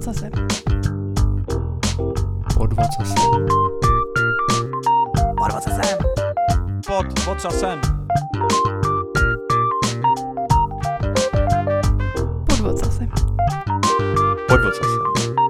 vocasem. Pod vocasem. Pod vocasem. Pod vocasem. Pod vocasem. Pod vocasem.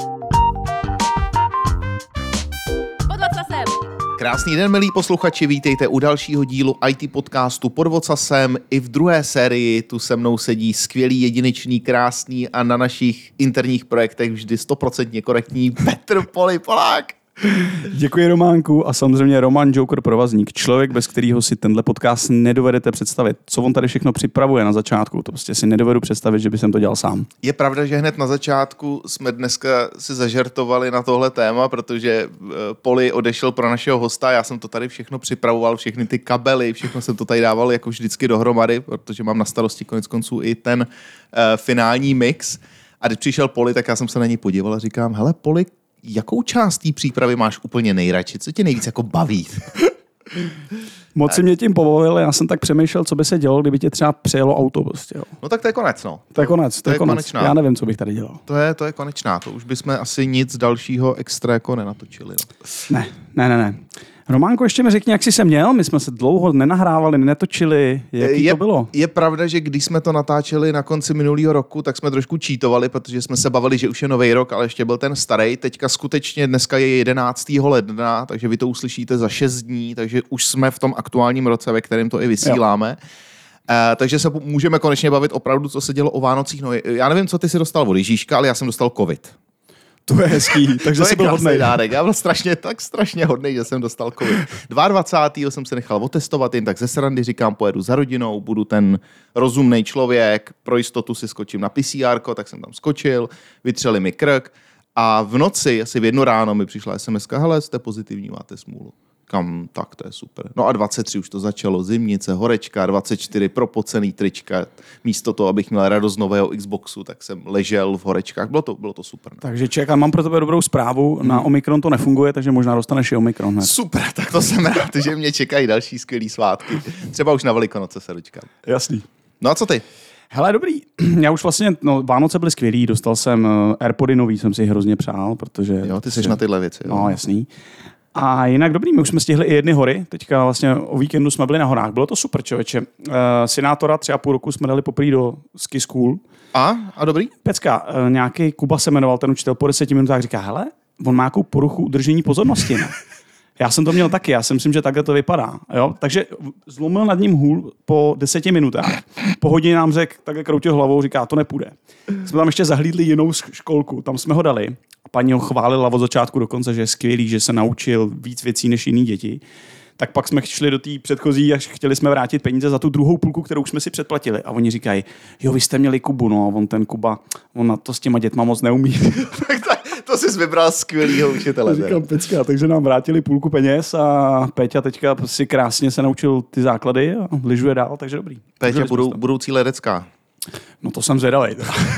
Pod vocasem. Krásný den, milí posluchači, vítejte u dalšího dílu IT podcastu Pod vocasem. I v druhé sérii tu se mnou sedí skvělý, jedinečný, krásný a na našich interních projektech vždy 100% korektní Petr Polák. Děkuji, Románku, a samozřejmě Roman Joker Provazník, člověk, bez kterého si tenhle podcast nedovedete představit. Co on tady všechno připravuje na začátku, to prostě si nedovedu představit, že by jsem to dělal sám. Je pravda, že hned na začátku jsme dneska si zažertovali na tohle téma, protože Poli odešel pro našeho hosta, já jsem to tady všechno připravoval, všechny ty kabely, všechno jsem to tady dával jako vždycky dohromady, protože mám na starosti koneckonců i ten finální mix. A když přišel Poli, tak já jsem se na něj podíval a říkám, hele Poli, jakou část té přípravy máš úplně nejradši? Co tě nejvíc jako baví? Moc si mě tím pobavil, já jsem tak přemýšlel, co by se dělo, kdyby tě třeba přejelo auto. Prostě, jo. No tak to je konec, no. To je konec. Konečná. Já nevím, co bych tady dělal. To je konečná, to už bychom asi nic dalšího extra jako nenatočili. No. Ne. Románko, ještě mi řekni, jak jsi se měl? My jsme se dlouho nenahrávali, netočili. Jaký to bylo? Je pravda, že když jsme to natáčeli na konci minulého roku, tak jsme trošku cheatovali, protože jsme se bavili, že už je nový rok, ale ještě byl ten starý. Teďka skutečně dneska je 11. ledna, takže vy to uslyšíte za 6 dní, takže už jsme v tom aktuálním roce, ve kterém to i vysíláme. Takže se můžeme konečně bavit opravdu, co se dělo o Vánocích. No, já nevím, co ty si dostal od Ježíška, ale já jsem dostal covid. To je hezký, takže jsi byl hodnej. Dárek. Já byl strašně hodnej, že jsem dostal covid. 22. jsem se nechal otestovat, jen tak ze srandy říkám, pojedu za rodinou, budu ten rozumný člověk, pro jistotu si skočím na PCR, tak jsem tam skočil, vytřeli mi krk a v noci, asi v 1 ráno mi přišla SMS-ka, hele, jste pozitivní, máte smůlu. Kam, tak to je super. No a 23 už to začalo, zimnice, horečka, 24 propocený trička. Místo toho, abych měl radost nového Xboxu, tak jsem ležel v horečkách. Bylo to super. Ne? Takže čekám, mám pro tebe dobrou zprávu. Na Omikron to nefunguje, takže možná dostaneš i Omikron. Hned. Super, tak to jsem rád, že mě čekají další skvělý svátky. Třeba už na Velikonoce se dočkám. Jasný. No a co ty? Hele, dobrý. Já už vlastně, Vánoce byly skvělý, dostal jsem AirPody nový, jsem si hrozně přál, protože... Jo, ty seš na tyhle věci. Jo. No, jasný. A jinak dobrý, my už jsme stihli i 1 hory, teďka vlastně o víkendu jsme byli na horách, bylo to super, člověče. Senátora 3,5 roku jsme dali poprvé do ski school. A dobrý? Pecka, nějaký Kuba se jmenoval, ten učitel, po 10 minutách říká, hele, on má nějakou poruchu udržení pozornosti, ne? Já jsem to měl taky, já si myslím, že takhle to vypadá. Jo? Takže zlomil nad ním hůl po 10 minutách. Po hodině nám řekl, takhle kroutil hlavou, říká, to nepůjde. Jsme tam ještě zahlídli jinou školku, tam jsme ho dali. A paní ho chválila od začátku do konce, že je skvělý, že se naučil víc věcí než jiný děti. Tak pak jsme šli do té předchozí a chtěli jsme vrátit peníze za tu druhou půlku, kterou už jsme si předplatili. A oni říkají, jo, vy jste měli Kubu, no, on ten Kuba, on na to s těma dětma moc neumí. To jsi vybral skvělýho učitele. Říkám, pecka, takže nám vrátili půlku peněz a Péťa teďka si krásně se naučil ty základy a lyžuje dál, takže dobrý. Péťa, budoucí ledecká. No to jsem zvědavej.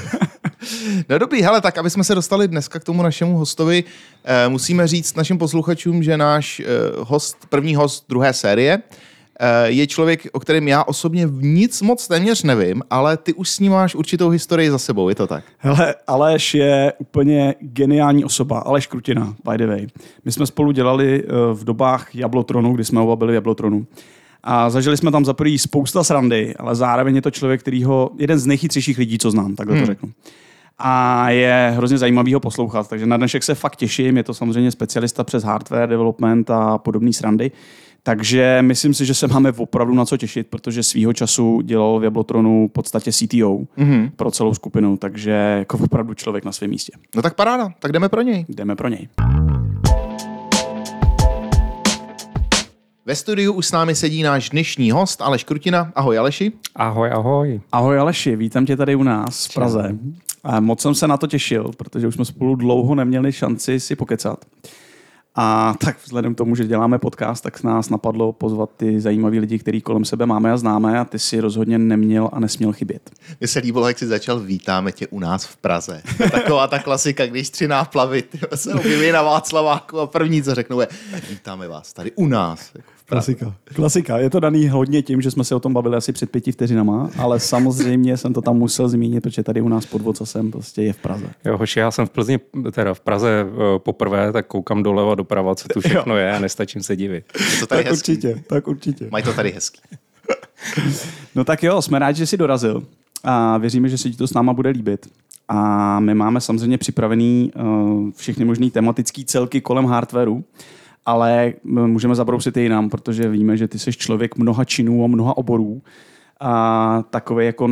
No dobrý, hele, tak aby jsme se dostali dneska k tomu našemu hostovi, musíme říct našim posluchačům, že náš první host druhé série je člověk, o kterém já osobně nic moc téměř nevím, ale ty už s ním máš určitou historii za sebou, je to tak? Hele, Aleš je úplně geniální osoba, Aleš Krutina, by the way. My jsme spolu dělali v dobách Jablotronu, kdy jsme oba byli v Jablotronu. A zažili jsme tam za první spousta srandy, ale zároveň je to člověk, jeden z nejchytřejších lidí, co znám, takhle to řeknu. A je hrozně zajímavý ho poslouchat, takže na dnešek se fakt těším, je to samozřejmě specialista přes hardware development a podobné srandy. Takže myslím si, že se máme opravdu na co těšit, protože svýho času dělal v Jablotronu v podstatě CTO pro celou skupinu, takže jako opravdu člověk na svém místě. No tak paráda, tak jdeme pro něj. Jdeme pro něj. Ve studiu už s námi sedí náš dnešní host Aleš Krutina. Ahoj Aleši. Ahoj, ahoj. Ahoj Aleši, vítám tě tady u nás v Praze. A moc jsem se na to těšil, protože už jsme spolu dlouho neměli šanci si pokecat. A tak vzhledem k tomu, že děláme podcast, tak nás napadlo pozvat ty zajímavý lidi, který kolem sebe máme a známe, a ty si rozhodně neměl a nesměl chybět. Mně se líbilo, jak jsi začal, vítáme tě u nás v Praze. Taková ta klasika, když 3 náplavy se objeví na Václaváku a první, co řeknou, je vítáme vás tady u nás, jako v Klasika. Je to daný hodně tím, že jsme se o tom bavili asi před 5 vteřinama, ale samozřejmě jsem to tam musel zmínit, protože tady u nás pod Vocasem prostě je v Praze. Jo, hoši, já jsem v Praze poprvé, tak koukám doleva doprava, co tu všechno je a nestačím se divit. Je to tady Tak hezký. určitě. Mají to tady hezký. No tak jo, jsme rádi, že jsi dorazil a věříme, že se ti to s náma bude líbit. A my máme samozřejmě připravený všechny možný tematický celky kolem hardwareu, ale můžeme zabrousit i jinam, protože víme, že ty jsi člověk mnoha činů a mnoha oborů a takový jako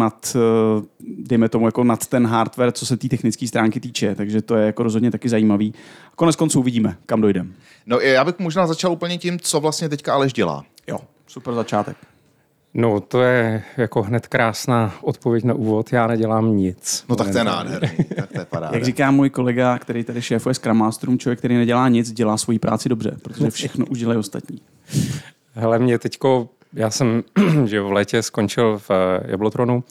dejme tomu, jako nad ten hardware, co se té technické stránky týče, takže to je jako rozhodně taky zajímavý. Konec konců uvidíme, kam dojdeme. No já bych možná začal úplně tím, co vlastně teďka Aleš dělá. Jo, super začátek. No, to je jako hned krásná odpověď na úvod. Já nedělám nic. No tak to je nádherný, tak to je paráda. Jak říká můj kolega, který tady šéfuje Scrum Masterům, člověk, který nedělá nic, dělá svoji práci dobře, protože všechno už dělají ostatní. Hele, já jsem že v létě skončil v Jablotronu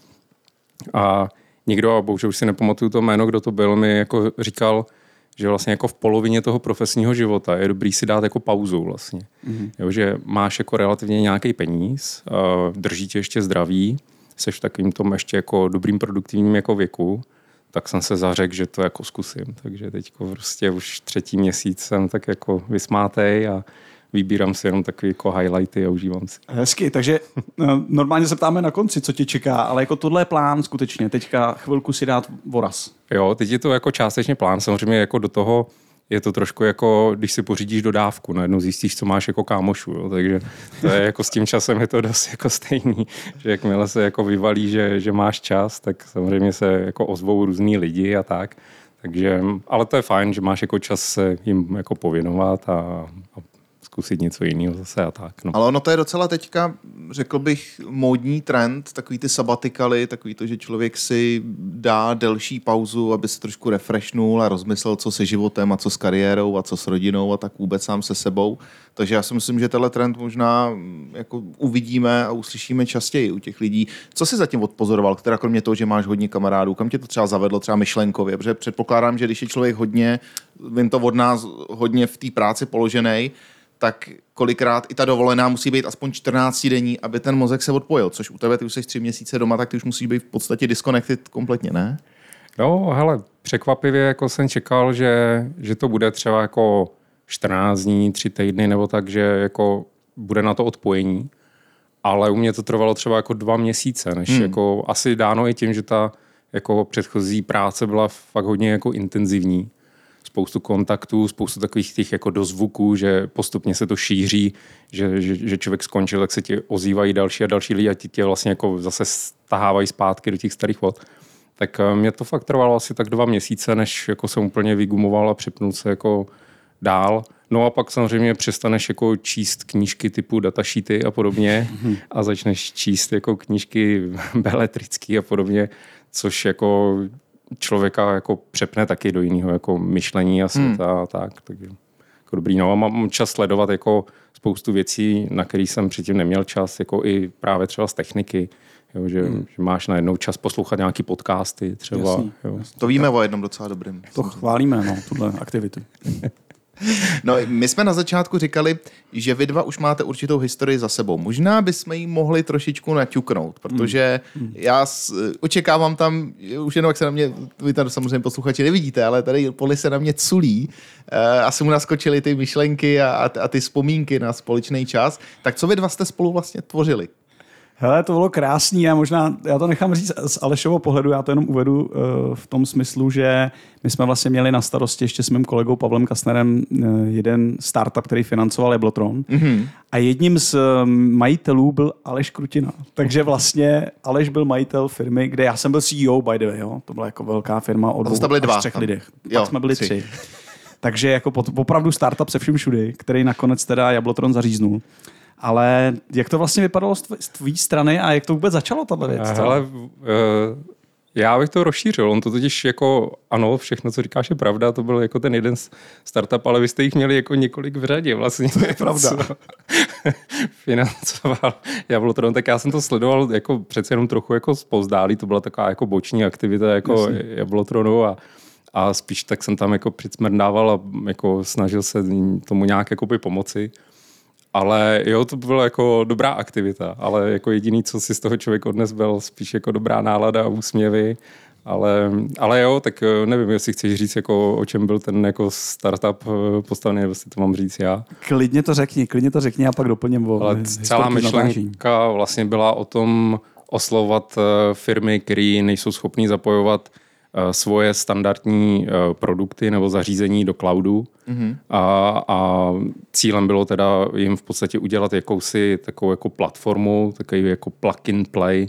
a někdo, a bohužel už si nepamatuju to jméno, kdo to byl, mi jako říkal, že vlastně jako v polovině toho profesního života je dobrý si dát jako pauzu vlastně. Mm-hmm. Jo, že máš jako relativně nějaký peníz, drží tě ještě zdraví, seš v takovým tom ještě jako dobrým produktivním jako věku, tak jsem se zařekl, že to jako zkusím. Takže teďko prostě už 3. měsíc jsem tak jako vysmátej a vybírám si jenom takové jako highlighty a užívám si. Hezky, takže normálně se ptáme na konci, co tě čeká, ale jako tohle je plán skutečně, teďka chvilku si dát voraz. Jo, teď je to jako částečně plán, samozřejmě jako do toho je to trošku jako, když si pořídíš dodávku, najednou zjistíš, co máš jako kámošu, jo, takže to je jako s tím časem je to dost jako stejný, že jakmile se jako vyvalí, že máš čas, tak samozřejmě se jako ozvou různý lidi a tak, takže, ale to je fajn, že máš jako čas se jim jako pověnovat a zkusit něco jiného zase a tak. No. Ale ono to je docela teďka, řekl bych, módní trend, takový ty sabatikaly, takový to, že člověk si dá delší pauzu, aby se trošku refreshnul a rozmyslel, co se životem a co s kariérou a co s rodinou a tak vůbec sám se sebou. Takže já si myslím, že tenhle trend možná jako uvidíme a uslyšíme častěji u těch lidí. Co jsi zatím odpozoroval, která kromě toho, že máš hodně kamarádů, kam tě to třeba zavedlo, třeba myšlenkově, protože předpokládám, že když je člověk hodně, vím to od nás, hodně v té práci položený, tak kolikrát i ta dovolená musí být aspoň 14 denní, aby ten mozek se odpojil, což u tebe, ty už jsi 3 měsíce doma, tak ty už musíš být v podstatě disconnected kompletně, ne? No, hele, překvapivě jako jsem čekal, že to bude třeba jako 14 dní, 3 týdny nebo tak, že jako bude na to odpojení, ale u mě to trvalo třeba jako 2 měsíce, než jako asi dáno i tím, že ta jako předchozí práce byla fakt hodně jako intenzivní. Spoustu kontaktů, spoustu takových těch jako dozvuků, že postupně se to šíří, že člověk skončil, tak se ti ozývají další a další lidi a ti tě vlastně jako zase stahávají zpátky do těch starých vod. Tak mě to fakt trvalo asi tak 2 měsíce, než jako jsem úplně vygumoval a přepnul se jako dál. No a pak samozřejmě přestaneš jako číst knížky typu datasheety a podobně a začneš číst jako knížky beletrické a podobně, což jako člověka jako přepne taky do jiného jako myšlení a světa a tak. Takže jako dobrý. No a mám čas sledovat jako spoustu věcí, na který jsem předtím neměl čas, jako i právě třeba z techniky. Jo, že máš najednou čas poslouchat nějaký podcasty třeba. Jasný, jo. To víme o jednom docela dobrým. To chválíme, no, tuhle aktivitu. No, my jsme na začátku říkali, že vy dva už máte určitou historii za sebou. Možná bychom ji mohli trošičku naťuknout, protože já očekávám tam, už jenom jak se na mě, vy tam samozřejmě posluchači nevidíte, ale tady Poli se na mě culí, asi mu naskočily ty myšlenky a ty vzpomínky na společný čas. Tak co vy dva jste spolu vlastně tvořili? Hele, to bylo krásný a možná, já to nechám říct z Alešovo pohledu, já to jenom uvedu v tom smyslu, že my jsme vlastně měli na starosti ještě s mým kolegou Pavlem Kastnerem jeden startup, který financoval Jablotron a jedním z majitelů byl Aleš Krutina. Takže vlastně Aleš byl majitel firmy, kde já jsem byl CEO, by the way, jo? To byla jako velká firma o 2 až 3 lidech. Pak jsme byli 3. Takže jako opravdu startup se vším všudy, který nakonec teda Jablotron zaříznul. Ale jak to vlastně vypadalo z tvé strany a jak to vůbec začalo tato věc? Hele, já bych to rozšířil. On to totiž jako, ano, všechno, co říkáš, je pravda. To byl jako ten jeden startup, ale vy jste jich měli jako několik v řadě vlastně. To je pravda. Financoval Jablotron, tak já jsem to sledoval jako přece jenom trochu jako zpovzdálí. To byla taková jako boční aktivita jako Jablotronu a spíš tak jsem tam jako přicmrdával a jako snažil se tomu nějak jako pomoci. Ale jo, to byla jako dobrá aktivita, ale jako jediný, co si z toho člověk odnes, byl spíš jako dobrá nálada a úsměvy. Ale jo, tak nevím, jestli chceš říct, jako, o čem byl ten jako startup postavený, nebo si to mám říct já. Klidně to řekni a pak doplním o Ale celá myšlenka vlastně byla o tom oslovovat firmy, které nejsou schopné zapojovat svoje standardní produkty nebo zařízení do cloudu. A cílem bylo teda jim v podstatě udělat jakousi takovou jako platformu, takový jako plug-and-play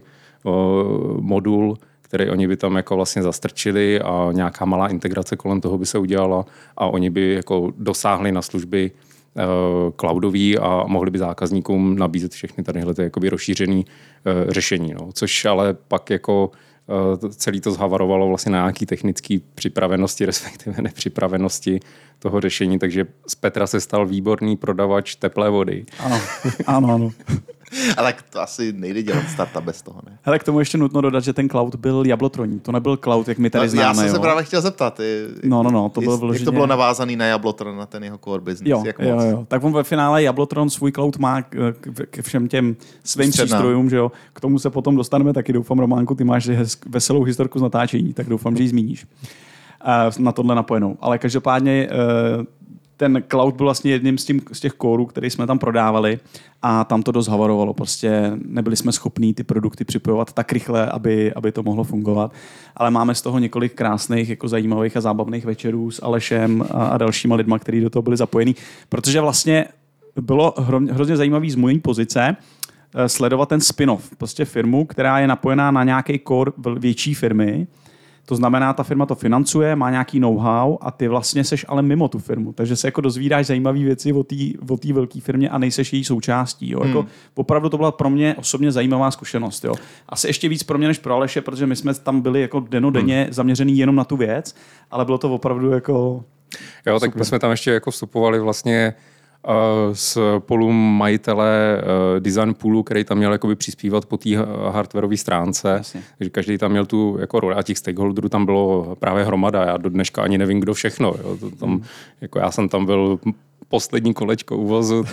modul, který oni by tam jako vlastně zastrčili a nějaká malá integrace kolem toho by se udělala a oni by jako dosáhli na služby cloudový a mohli by zákazníkům nabízet všechny tadyhle jakoby rozšířený řešení. No. Což ale pak jako celý to zhavarovalo vlastně na nějaký technické připravenosti, respektive nepřipravenosti toho řešení, takže z Petra se stal výborný prodavač teplé vody. Ano. Ale to asi nejde dělat startup bez toho, ne? Hele, k tomu ještě nutno dodat, že ten cloud byl jablotroní. To nebyl cloud, jak my tady známe. Já jsem se právě chtěl zeptat. To bylo vloženě... Jak to bylo navázaný na Jablotron, na ten jeho core business? Jo. Tak on ve finále Jablotron svůj cloud má k všem těm svým přístrojům, že jo. K tomu se potom dostaneme taky. Doufám, Románku, ty máš veselou historku z natáčení, tak doufám, že ji zmíníš. Na tohle napojenou. Ale každopádně ten cloud byl vlastně jedním z těch kórů, který jsme tam prodávali a tam to dost havarovalo. Prostě nebyli jsme schopní ty produkty připojovat tak rychle, aby to mohlo fungovat. Ale máme z toho několik krásných, jako zajímavých a zábavných večerů s Alešem a dalšíma lidma, kteří do toho byli zapojení. Protože vlastně bylo hrozně zajímavý z mojí pozice sledovat ten spin-off. Prostě firmu, která je napojená na nějaký core větší firmy. To znamená, ta firma to financuje, má nějaký know-how a ty vlastně seš ale mimo tu firmu. Takže se jako dozvídáš zajímavé věci o té velké firmě a nejseš její součástí. Jo. Jako, opravdu to byla pro mě osobně zajímavá zkušenost. Jo. Asi ještě víc pro mě než pro Aleše, protože my jsme tam byli jako dennodenně zaměřený jenom na tu věc, ale bylo to opravdu jako jo, tak super. my jsme tam ještě jako vstupovali vlastně spolu majitele design poolu, který tam měl jakoby přispívat po té hardwareové stránce. Jasně. Takže každý tam měl tu jako roli a těch stakeholderů tam bylo právě hromada. Já do dneška ani nevím, kdo všechno. Jo. To tam, jako já jsem tam byl poslední kolečko uvozu.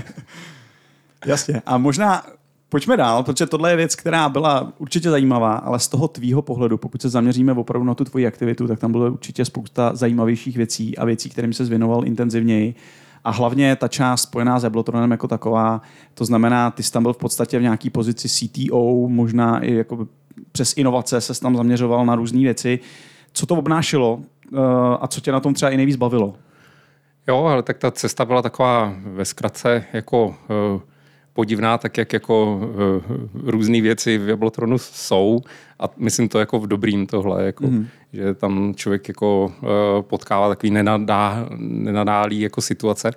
Jasně. A možná pojďme dál, protože tohle je věc, která byla určitě zajímavá, ale z toho tvýho pohledu, pokud se zaměříme opravdu na tu tvoji aktivitu, tak tam bylo určitě spousta zajímavějších věcí a věcí, kterým se věnoval intenzivněji. A hlavně ta část spojená s Jablotronem jako taková, to znamená, ty jsi tam byl v podstatě v nějaký pozici CTO, možná i jako přes inovace se tam zaměřoval na různé věci. Co to obnášelo a co tě na tom třeba i nejvíc bavilo? Jo, ale tak ta cesta byla taková ve zkratce jako podivná, tak jak jako různé věci v Jablotronu jsou a myslím to jako v dobrým tohle, jako, že tam člověk jako potkává takový nenadálý jako situace.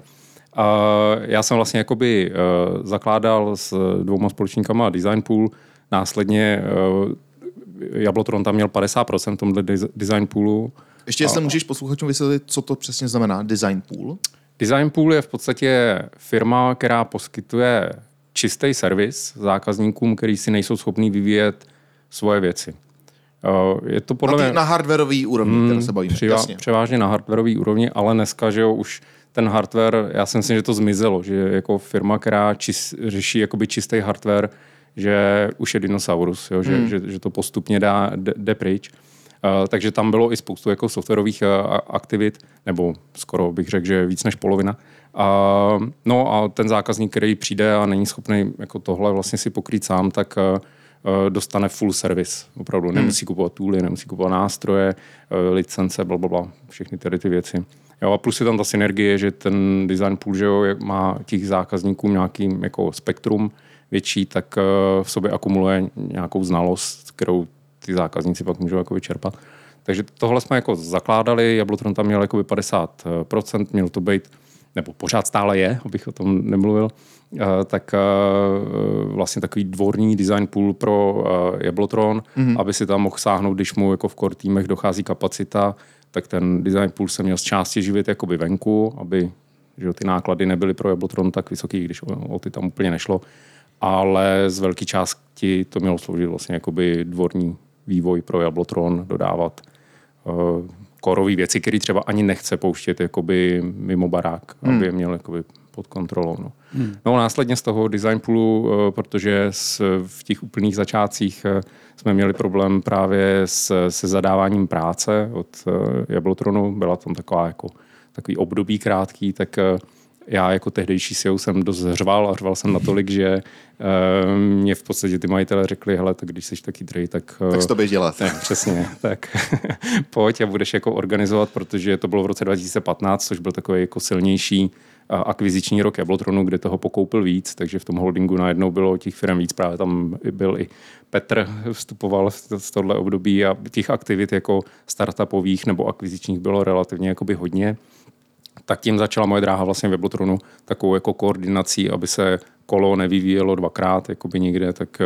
Já jsem vlastně jakoby zakládal s 2 společníkama Design Pool, následně Jablotron tam měl 50% v tomhle Design Poolu. Ještě jestli můžeš posluchačům vysvětlit, co to přesně znamená Design Pool? Design Pool je v podstatě firma, která poskytuje čistý servis zákazníkům, kteří si nejsou schopní vyvíjet svoje věci. Je to podle mě na hardwareový úrovni, které se bavíme. Převážně na hardwareový úrovni, ale dneska, že jo, už ten hardware, já si myslím, že to zmizelo, že jako firma, která řeší jakoby čistý hardware, že už je dinosaurus, jo, že to postupně jde pryč. Takže tam bylo i spoustu jako softwarových aktivit, nebo skoro bych řekl, že víc než polovina. No a ten zákazník, který přijde a není schopný jako tohle vlastně si pokrýt sám, tak dostane full service. Opravdu nemusí kupovat tooly, nemusí kupovat nástroje, licence, blablabla, všechny ty věci. Jo, a plus je tam ta synergie, že ten design pool, že jo, má těch zákazníků nějaký jako spektrum větší, tak v sobě akumuluje nějakou znalost, kterou ty zákazníci pak můžou jako vyčerpat. Takže tohle jsme jako zakládali, Jablotron tam měl jako 50%, měl to být, nebo pořád stále je, abych o tom nemluvil, tak vlastně takový dvorní design pool pro Jablotron, aby si tam mohl sáhnout, když mu jako v core týmech dochází kapacita, tak ten design pool se měl z části živit jakoby venku, aby že ty náklady nebyly pro Jablotron tak vysoký, když o ty tam úplně nešlo, ale z velké části to mělo sloužit vlastně jakoby dvorní vývoj pro Jablotron, dodávat korový věci, které třeba ani nechce pouštět jakoby mimo barák, aby je měl jakoby pod kontrolou. No. No následně z toho design poolu, protože v těch úplných začátcích jsme měli problém právě se zadáváním práce od Jablotronu, byla tam takový období krátký, tak já jako tehdejší CEO jsem dost řval a řval jsem natolik, že mě v podstatě ty majitele řekli, hele, tak když jsi taky chytrý, tak to běž dělat. Ne, přesně, tak pojď a budeš jako organizovat, protože to bylo v roce 2015, což byl takový jako silnější akviziční rok Jablotronu, kde toho pokoupil víc, takže v tom holdingu najednou bylo těch firm víc, právě tam byl i Petr vstupoval z tohle období a těch aktivit jako startupových nebo akvizičních bylo relativně jakoby hodně. Tak tím začala moje dráha vlastně v Jablotronu takovou jako koordinací, aby se kolo nevyvíjelo dvakrát jakoby nikde, tak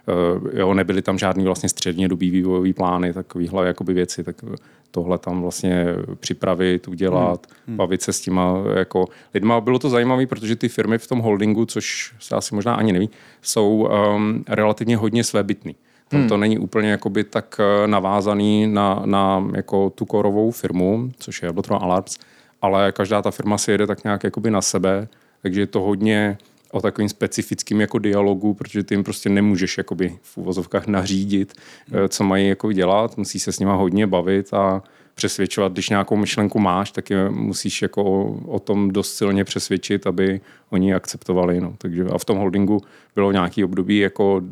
nebyly tam žádný vlastně střednědobý vývojový plány, takovýhle jakoby věci, tak tohle tam vlastně připravit, udělat, bavit se s těma jako lidma. Bylo to zajímavé, protože ty firmy v tom holdingu, což se asi možná ani neví, jsou relativně hodně svébytný. Tam to není úplně jakoby tak navázaný na jako tu korovou firmu, což je Jablotron Alarms, ale každá ta firma si jede tak nějak jakoby na sebe, takže je to hodně o takovým specifickým jako dialogu, protože ty jim prostě nemůžeš jakoby v uvozovkách nařídit, co mají jako dělat, musí se s nima hodně bavit a přesvědčovat, když nějakou myšlenku máš, tak je musíš jako o tom dost silně přesvědčit, aby oni ji akceptovali. No. Takže, a v tom holdingu bylo nějaký období jako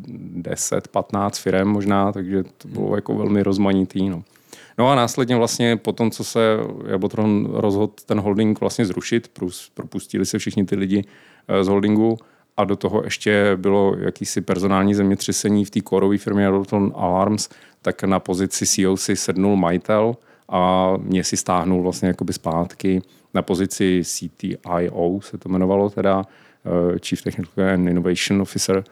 10-15 firem možná, takže to bylo jako velmi rozmanitý. No. No a následně vlastně po tom, co se Jablotron rozhodl ten holding vlastně zrušit, propustili se všichni ty lidi z holdingu a do toho ještě bylo jakýsi personální zemětřesení v té korové firmě Jablotron Alarms, tak na pozici CEO si sednul majitel a mě si stáhnul vlastně jakoby zpátky na pozici CTIO, se to jmenovalo teda, Chief Technical and Innovation Officer,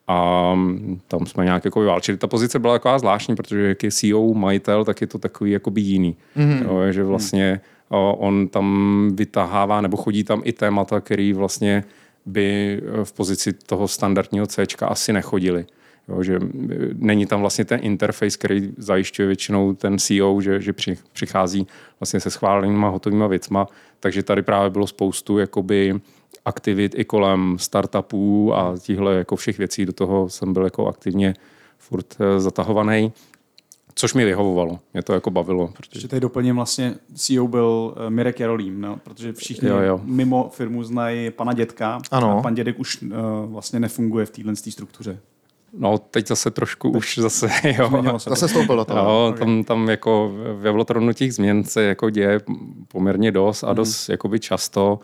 a tam jsme nějak jako vyválčili. Ta pozice byla taková zvláštní, protože jak je CEO majitel, tak je to takový jakoby jiný. Jo, že vlastně on tam vytahává nebo chodí tam i témata, který vlastně by v pozici toho standardního Cčka asi nechodili. Jo, že není tam vlastně ten interface, který zajišťuje většinou ten CEO, že přichází vlastně se schválenýma hotovýma věcma, takže tady právě bylo spoustu jakoby aktivit i kolem startupů a těchhle jako všech věcí, do toho jsem byl jako aktivně furt zatahovaný, což mi vyhovovalo, mě to jako bavilo. Protože tady doplním vlastně CEO byl Mirek Jarolím, no, protože všichni mimo firmu znají pana Dědka a pan Dědek už vlastně nefunguje v téhle struktuře. No, teď zase trošku už zase, jo. Zase stoupil do toho. No, tam jako v Jablotronu těch změn se jako děje poměrně dost a dost jakoby často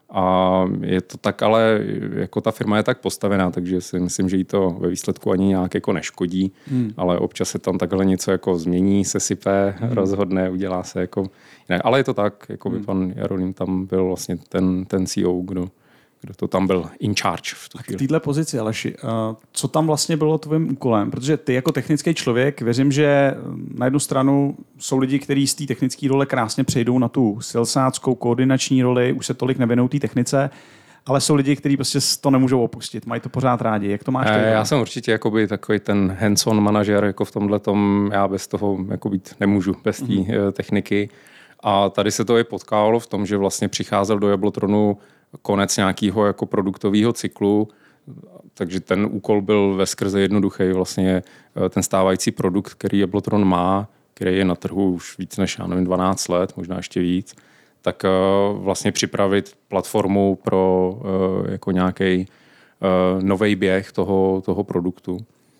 a je to tak, ale jako ta firma je tak postavená, takže si myslím, že jí to ve výsledku ani nějak jako neškodí, ale občas se tam takhle něco jako změní, se sype, rozhodne, udělá se jako jinak. Ale je to tak, jako by pan Jarolím tam byl vlastně ten CEO, kdo to tam byl in charge v tu chvíli. V této pozici, Aleši, co tam vlastně bylo tvým úkolem? Protože ty jako technický člověk, věřím, že na jednu stranu jsou lidi, kteří z té technické role krásně přejdou na tu salesáckou koordinační roli, už se tolik nevěnou té technice, ale jsou lidi, kteří prostě to nemůžou opustit, mají to pořád rádi. Jak to máš ty? Já jsem určitě jakoby takový ten hands-on manažer, jako v tomhletom, já bez toho jako být nemůžu, bez té techniky. A tady se to i potkávalo v tom, že vlastně přicházel do Jablotronu konec nějakého jako produktového cyklu, takže ten úkol byl veskrze jednoduchý. Vlastně ten stávající produkt, který Jablotron má, který je na trhu už víc než 12 let, možná ještě víc, tak vlastně připravit platformu pro jako nějaký nový běh toho produktu.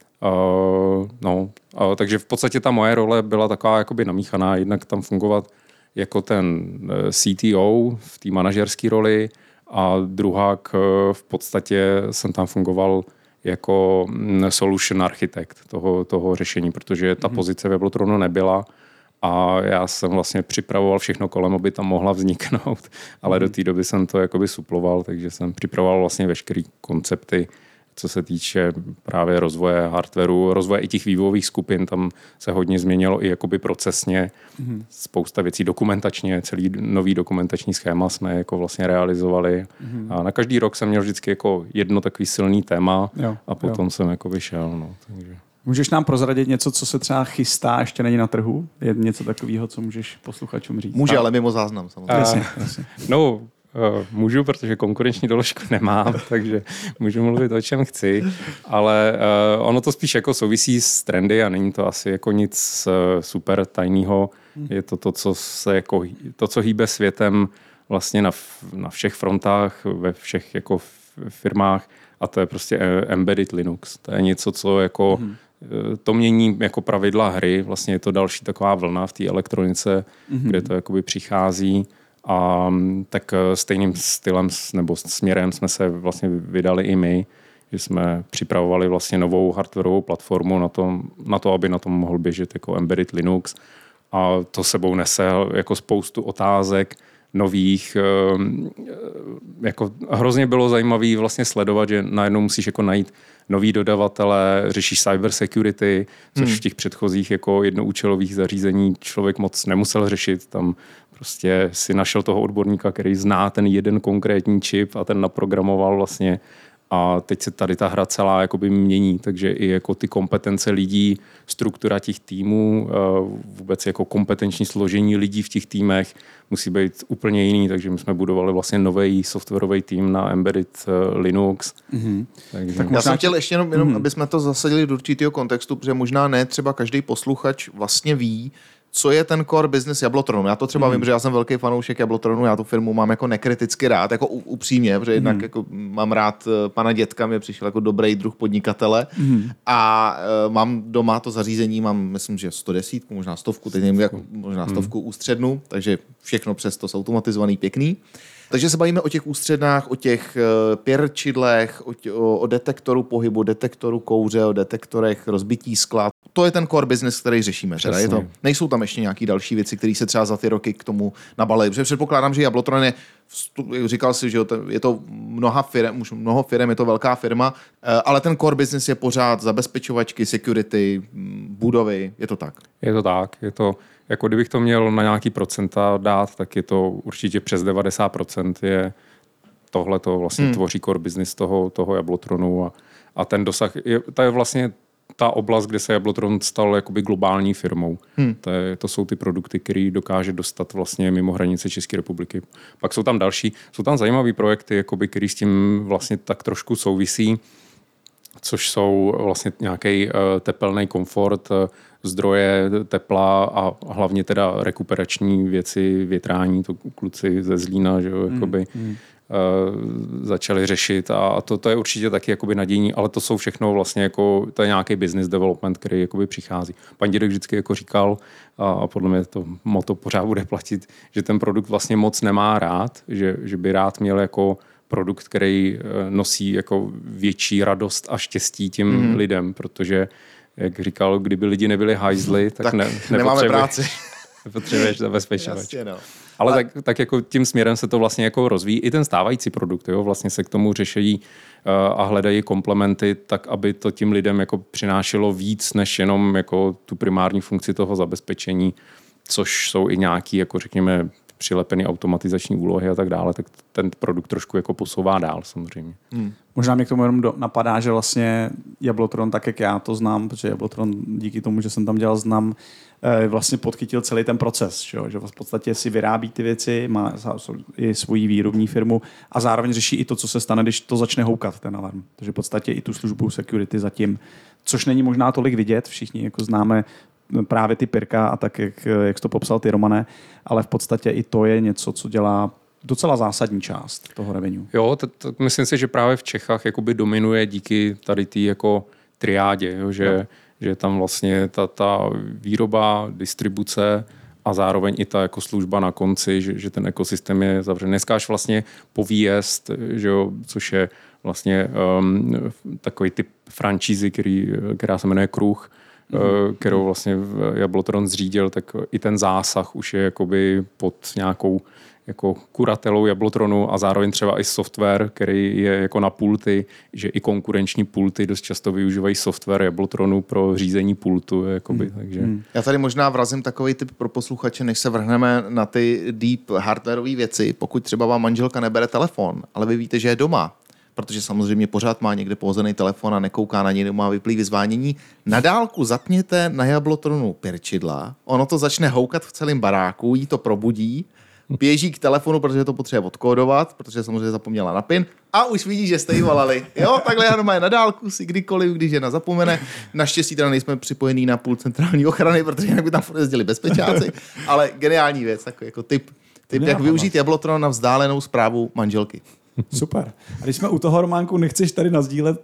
Takže v podstatě ta moje role byla taková jakoby namíchaná, jednak tam fungovat jako ten CTO v té manažerské roli a druhák v podstatě jsem tam fungoval jako solution architekt toho řešení, protože ta pozice v Jablotronu nebyla a já jsem vlastně připravoval všechno kolem, aby tam mohla vzniknout, ale do té doby jsem to jakoby suploval, takže jsem připravoval vlastně veškeré koncepty, co se týče právě rozvoje hardwareu, rozvoje i těch vývojových skupin, tam se hodně změnilo i jakoby procesně, spousta věcí dokumentačně, celý nový dokumentační schéma jsme jako vlastně realizovali a na každý rok jsem měl vždycky jako jedno takový silný téma a potom jsem jako vyšel. No, takže. Můžeš nám prozradit něco, co se třeba chystá, ještě není na trhu? Je něco takového, co můžeš posluchačům říct? Může, ale mimo záznam samozřejmě. Jasně. No, můžu, protože konkurenční doložku nemám, takže můžu mluvit o čem chci, ale ono to spíš jako souvisí s trendy a není to asi jako nic super tajného. Je to co hýbe světem vlastně na všech frontách, ve všech jako firmách a to je prostě embedded Linux. To je něco, co jako to mění jako pravidla hry, vlastně je to další taková vlna v té elektronice, kde to jakoby přichází a tak stejným stylem nebo směrem jsme se vlastně vydali i my, že jsme připravovali vlastně novou hardwarovou platformu na to, aby na tom mohl běžet jako embedded Linux a to sebou nese jako spoustu otázek nových, jako hrozně bylo zajímavé vlastně sledovat, že najednou musíš jako najít nový dodavatele, řešíš cyber security, což v těch předchozích jako jednoúčelových zařízení člověk moc nemusel řešit. Tam prostě si našel toho odborníka, který zná ten jeden konkrétní čip a ten naprogramoval vlastně. A teď se tady ta hra celá jakoby mění, takže i jako ty kompetence lidí, struktura těch týmů, vůbec jako kompetenční složení lidí v těch týmech musí být úplně jiný, takže my jsme budovali vlastně nový softwarový tým na embedded Linux. Takže... Já jsem chtěl ještě jenom aby jsme to zasadili do určitého kontextu, protože možná ne třeba každý posluchač vlastně ví, co je ten core business Jablotronu. Já to třeba vím, že já jsem velký fanoušek Jablotronu, já tu firmu mám jako nekriticky rád, jako upřímně, protože jednak jako mám rád pana dětka, mi přišel jako dobrý druh podnikatele a mám doma to zařízení, mám myslím, že 110, možná 100, teď nevím, jako, možná 100 ústřednu, takže všechno přesto automatizovaný, pěkný. Takže se bavíme o těch ústřednách, o těch pěrčidlech, o detektoru pohybu, detektoru kouře, o detektorech rozbití skla. To je ten core business, který řešíme. Nejsou tam ještě nějaké další věci, které se třeba za ty roky k tomu nabalily. Protože předpokládám, že Jablotron je, říkal si, že je to mnoho firem, je to velká firma, ale ten core business je pořád zabezpečovačky, security, budovy, je to tak? Je to tak, je to, jako kdybych to měl na nějaký procenta dát, tak je to určitě přes 90% je tohle to vlastně tvoří core business toho Jablotronu a ten dosah, to je vlastně ta oblast, kde se Jablotron stal jakoby globální firmou. To jsou ty produkty, které dokáže dostat vlastně mimo hranice České republiky. Pak jsou tam další, jsou tam zajímavé projekty, jakoby, které s tím vlastně tak trošku souvisí, což jsou vlastně nějaký tepelný komfort, zdroje tepla a hlavně teda rekuperační věci, větrání, to kluci ze Zlína, že jo, jakoby začali řešit a to je určitě taky jakoby nadějný, ale to jsou všechno vlastně jako, to je nějaký business development, který jakoby přichází. Pan dědek vždycky jako říkal a podle mě to motto pořád bude platit, že ten produkt vlastně moc nemá rád, že by rád měl jako produkt, který nosí jako větší radost a štěstí těm lidem, protože jak říkal, kdyby lidi nebyli hajzli, tak nemáme práci. Nepotřebuješ zabezpečovač. Jasně, no. Ale tak jako tím směrem se to vlastně jako rozvíjí. I ten stávající produkt, jo, vlastně se k tomu řeší a hledají komplementy, tak aby to tím lidem jako přinášelo víc, než jenom jako tu primární funkci toho zabezpečení, což jsou i nějaký, jako řekněme, přilepený automatizační úlohy a tak dále, tak ten produkt trošku jako posouvá dál samozřejmě. Možná mě k tomu jenom napadá, že vlastně Jablotron, tak jak já to znám, protože Jablotron díky tomu, že jsem tam dělal, znám, vlastně podchytil celý ten proces, že v podstatě si vyrábí ty věci, má i svoji výrobní firmu a zároveň řeší i to, co se stane, když to začne houkat, ten alarm. Takže v podstatě i tu službu security zatím, což není možná tolik vidět, všichni jako známe právě ty pirka a tak, jak to popsal ty, Romane, ale v podstatě i to je něco, co dělá docela zásadní část toho revenue. Jo, myslím si, že právě v Čechách jakoby dominuje díky tady té jako triádě, jo, že tam vlastně ta výroba, distribuce a zároveň i ta jako služba na konci, že ten ekosystém je zavřený. Dneska až vlastně povíjezd, že jo, což je vlastně takový typ franšízy, která se jmenuje Kruh, kterou vlastně Jablotron zřídil, tak i ten zásah už je jakoby pod nějakou jako kuratelou Jablotronu a zároveň třeba i software, který je jako na pulty, že i konkurenční pulty dost často využívají software Jablotronu pro řízení pultu. Jakoby, takže. Já tady možná vrazím takový tip pro posluchače, než se vrhneme na ty deep hardwareové věci. Pokud třeba vám manželka nebere telefon, ale vy víte, že je doma, protože samozřejmě pořád má někde pohozený telefon a nekouká na něj, má vyplý vyzvánění. Na dálku zapněte na Jablotronu pěrčidla, ono to začne houkat v celém baráku, jí to probudí běží k telefonu, protože to potřebuje odkódovat, protože samozřejmě zapomněla na PIN a už vidí, že jste jí volali. Jo, takhle já doma je na dálku si kdykoliv, když žena zapomene. Naštěstí teda nejsme připojení na půl centrální ochrany, protože jinak by tam jezdili bezpečáci, ale geniální věc, takový jako tip jak využít Jablotron na vzdálenou správu manželky. Super. A když jsme u toho, Románku, nechceš tady nazdílet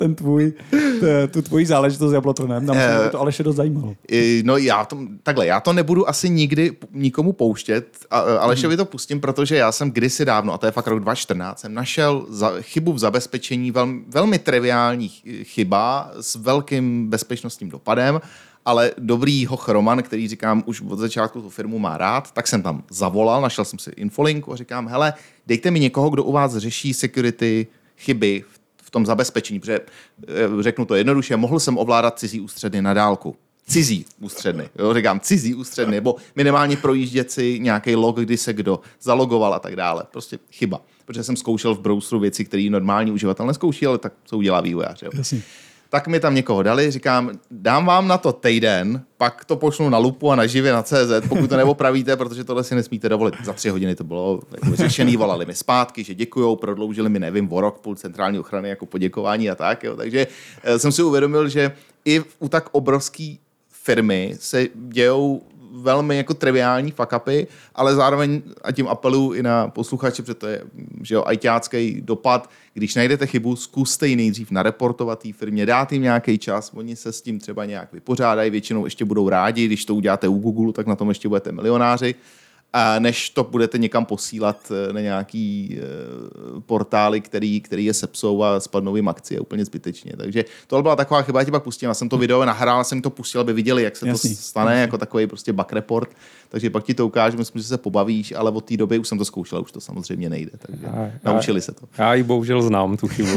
tu tvoji záležitost s Jablotronem? Tam se to Aleše dost zajímalo. No já to nebudu asi nikdy nikomu pouštět, Alešovi to pustím, protože já jsem kdysi dávno, a to je fakt rok 2014, jsem našel chybu v zabezpečení, velmi triviální chyba s velkým bezpečnostním dopadem, ale dobrý hoch Roman, který říkám, už od začátku tu firmu má rád, tak jsem tam zavolal, našel jsem si infolinku a říkám, hele, dejte mi někoho, kdo u vás řeší security chyby v tom zabezpečení, protože řeknu to jednoduše, mohl jsem ovládat cizí ústředny na dálku. Cizí ústředny, jo, říkám cizí ústředny, nebo minimálně projíždět si nějaký log, kdy se kdo zalogoval a tak dále. Prostě chyba, protože jsem zkoušel v browseru věci, které normální uživatel neskouší, ale tak co udělá vývojář. Jo. Jasně. Tak mi tam někoho dali, říkám, dám vám na to týden, pak to pošlu na lupu a na živě na CZ, pokud to neopravíte, protože tohle si nesmíte dovolit. Za 3 hodiny to bylo jako řešený, volali mi zpátky, že děkujou, prodloužili mi, nevím, o rok půl centrální ochrany jako poděkování a tak. Jo. Takže jsem si uvědomil, že i u tak obrovský firmy se dějou velmi jako triviální fuck-upy, ale zároveň, a tím apeluju i na posluchače, protože to je, že jo, ajťácký dopad, když najdete chybu, zkuste ji nejdřív nareportovat té firmě, dát jim nějaký čas, oni se s tím třeba nějak vypořádají, většinou ještě budou rádi, když to uděláte u Google, tak na tom ještě budete milionáři, a než to budete někam posílat na nějaký portály, který je sepsou a spadnou jim akcie úplně zbytečně. Takže tohle byla taková chyba, já ti pak pustím. Já jsem to video nahrál, jsem to pustil, aby viděli, jak se to stane, jako takový prostě bug report. Takže pak ti to ukážu, myslím, že se pobavíš, ale od té doby už jsem to zkoušel, už to samozřejmě nejde. Takže naučili se to. Já ji bohužel znám, tu chybu.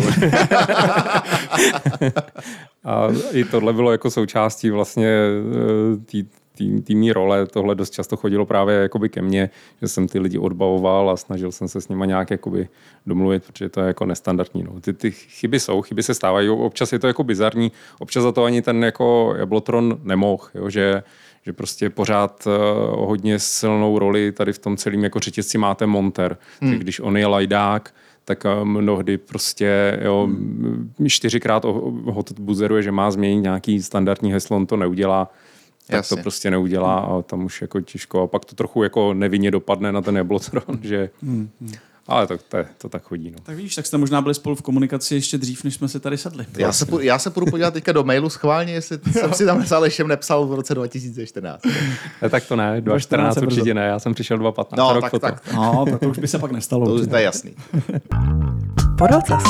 A i tohle bylo jako součástí vlastně mý role, tohle dost často chodilo právě jakoby ke mně, že jsem ty lidi odbavoval a snažil jsem se s nima nějak jakoby domluvit, protože to je jako nestandardní. No. Ty chyby se stávají, občas je to jako bizarní, občas za to ani ten jako Jablotron nemohl, jo, že prostě pořád hodně silnou roli tady v tom celém jako řetězci máte monter. Když on je lajdák, tak mnohdy prostě 4krát ho to buzeruje, že má změnit nějaký standardní heslo, on to neudělá. Tak jasně. To prostě neudělá a tam už jako těžko. A pak to trochu jako nevinně dopadne na ten Jablotron, že... Ale to tak chodí. No. Tak víš, tak jste možná byli spolu v komunikaci ještě dřív, než jsme se tady sedli. Já se půjdu podívat teďka do mailu schválně, jestli jsem si tam s Alešem nepsal v roce 2014. Tak to ne, 2014 určitě ne, já jsem přišel 2015. No, rok tak. No, tak to už by se pak nestalo. To je jasný. Podvod zase.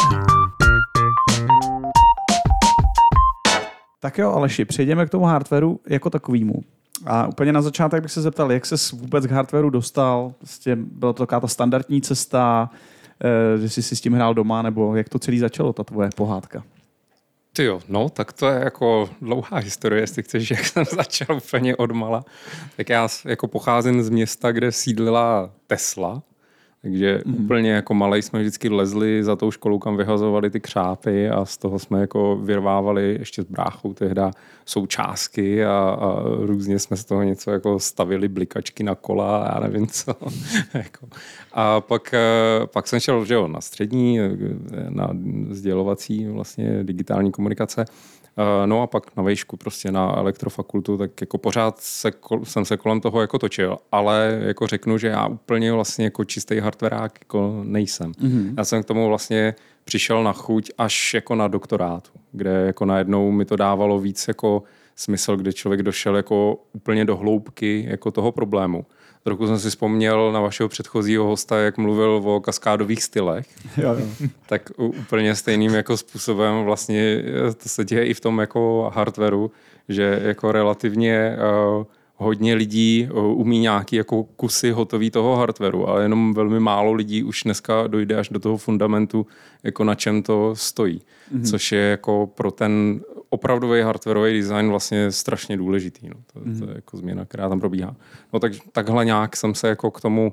Tak jo, Aleši, přejdeme k tomu hardwareu jako takovému. A úplně na začátek bych se zeptal, jak ses vůbec k hardwareu dostal? Prostě byla to taková ta standardní cesta, že jsi si s tím hrál doma, nebo jak to celý začalo, ta tvoje pohádka? Tyjo, no, tak to je jako dlouhá historie, jestli chceš, jak jsem začal úplně odmala. Tak já jako pocházím z města, kde sídlila Tesla, takže úplně jako malej jsme vždycky lezli za tou školou, kam vyhazovali ty křápy a z toho jsme jako vyrvávali ještě s bráchou tehda součástky a různě jsme z toho něco jako stavili blikačky na kola a já nevím co. A pak jsem šel, že jo, na střední, na sdělovací vlastně digitální komunikace. No a pak na vejšku prostě na elektrofakultu, tak jako pořád jsem se kolem toho jako točil, ale jako řeknu, že já úplně vlastně jako čistý hardwareák jako nejsem. Já jsem k tomu vlastně přišel na chuť až jako na doktorátu, kde jako najednou mi to dávalo víc jako smysl, kde člověk došel jako úplně do hloubky jako toho problému. Trochu jsem si vzpomněl na vašeho předchozího hosta, jak mluvil o kaskádových stylech. Jo. Tak úplně stejným jako způsobem vlastně to se děje i v tom jako hardwareu, že jako relativně hodně lidí umí nějaký jako kusy hotový toho hardwareu, ale jenom velmi málo lidí už dneska dojde až do toho fundamentu, jako na čem to stojí. Což je jako pro ten opravdový hardwareový design vlastně strašně důležitý. No. To je jako změna, která tam probíhá. No takhle nějak jsem se jako k tomu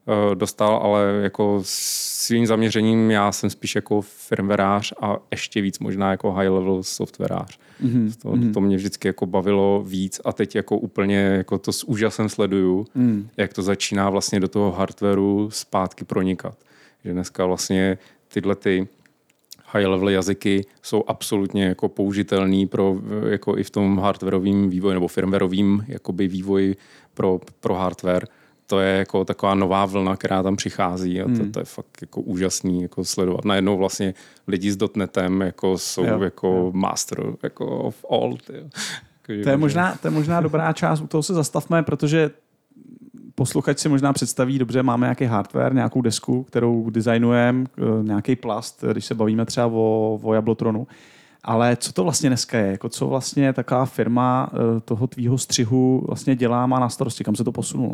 dostal, ale jako svým zaměřením já jsem spíš jako firmwareář a ještě víc možná jako high-level softwareář. To mě vždycky jako bavilo víc a teď jako úplně jako to s úžasem sleduju, jak to začíná vlastně do toho hardwareu zpátky pronikat. Že dneska vlastně tyhle ty high-level jazyky jsou absolutně jako použitelný pro jako i v tom hardwareovém vývoji nebo firmwareovém jakoby vývoji pro hardware. To je jako taková nová vlna, která tam přichází a to je fakt jako úžasný jako sledovat. Najednou vlastně lidi s .NETem jako jsou jako master jako of all. To je možná dobrá část, u toho se zastavme, protože posluchač si možná představí, dobře, máme nějaký hardware, nějakou desku, kterou designujeme, nějaký plast, když se bavíme třeba o Jablotronu. Ale co to vlastně dneska je? Jako co vlastně taková firma toho tvýho střihu vlastně dělá, má na starosti? Kam se to posunulo?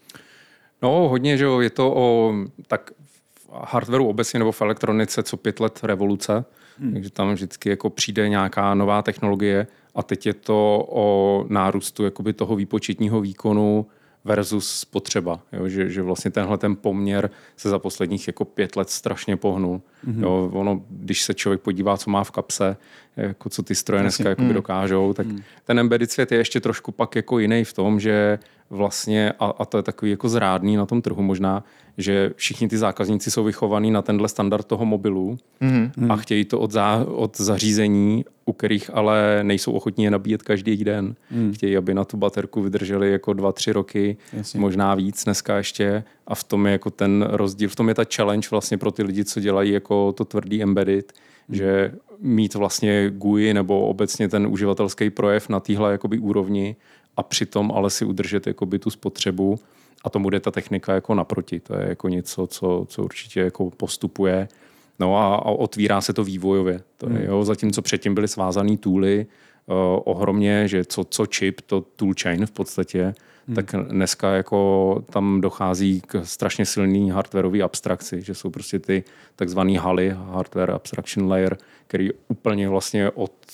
No hodně, že jo, je to o tak hardwareu obecně nebo v elektronice co 5 let revoluce, takže tam vždycky jako přijde nějaká nová technologie a teď je to o nárůstu jakoby toho výpočetního výkonu versus spotřeba. Jo? Že vlastně tenhle ten poměr se za posledních jako 5 let strašně pohnul. Jo? Ono, když se člověk podívá, co má v kapse, jako co ty stroje dneska jakoby dokážou, tak ten embedded svět je ještě trošku pak jako jiný v tom, že vlastně, a to je takový jako zrádný na tom trhu možná, že všichni ty zákazníci jsou vychovaní na tenhle standard toho mobilu a chtějí to od zařízení, u kterých ale nejsou ochotní je nabíjet každý den. Chtějí, aby na tu baterku vydrželi jako 2-3 roky, možná víc dneska ještě. A v tom je jako ten rozdíl, v tom je ta challenge vlastně pro ty lidi, co dělají jako to tvrdý embedded, že mít vlastně GUI nebo obecně ten uživatelský projev na téhle jakoby úrovni a přitom ale si udržet jakoby tu spotřebu a tomu jde ta technika jako naproti. To je jako něco, co určitě jako postupuje. No a otvírá se to vývojově. To je, jo, zatímco předtím byly svázané tooly ohromně, že co chip, to toolchain v podstatě, tak dneska jako tam dochází k strašně silný hardwareový abstrakci, že jsou prostě ty takzvaný HALy, Hardware Abstraction Layer, který úplně vlastně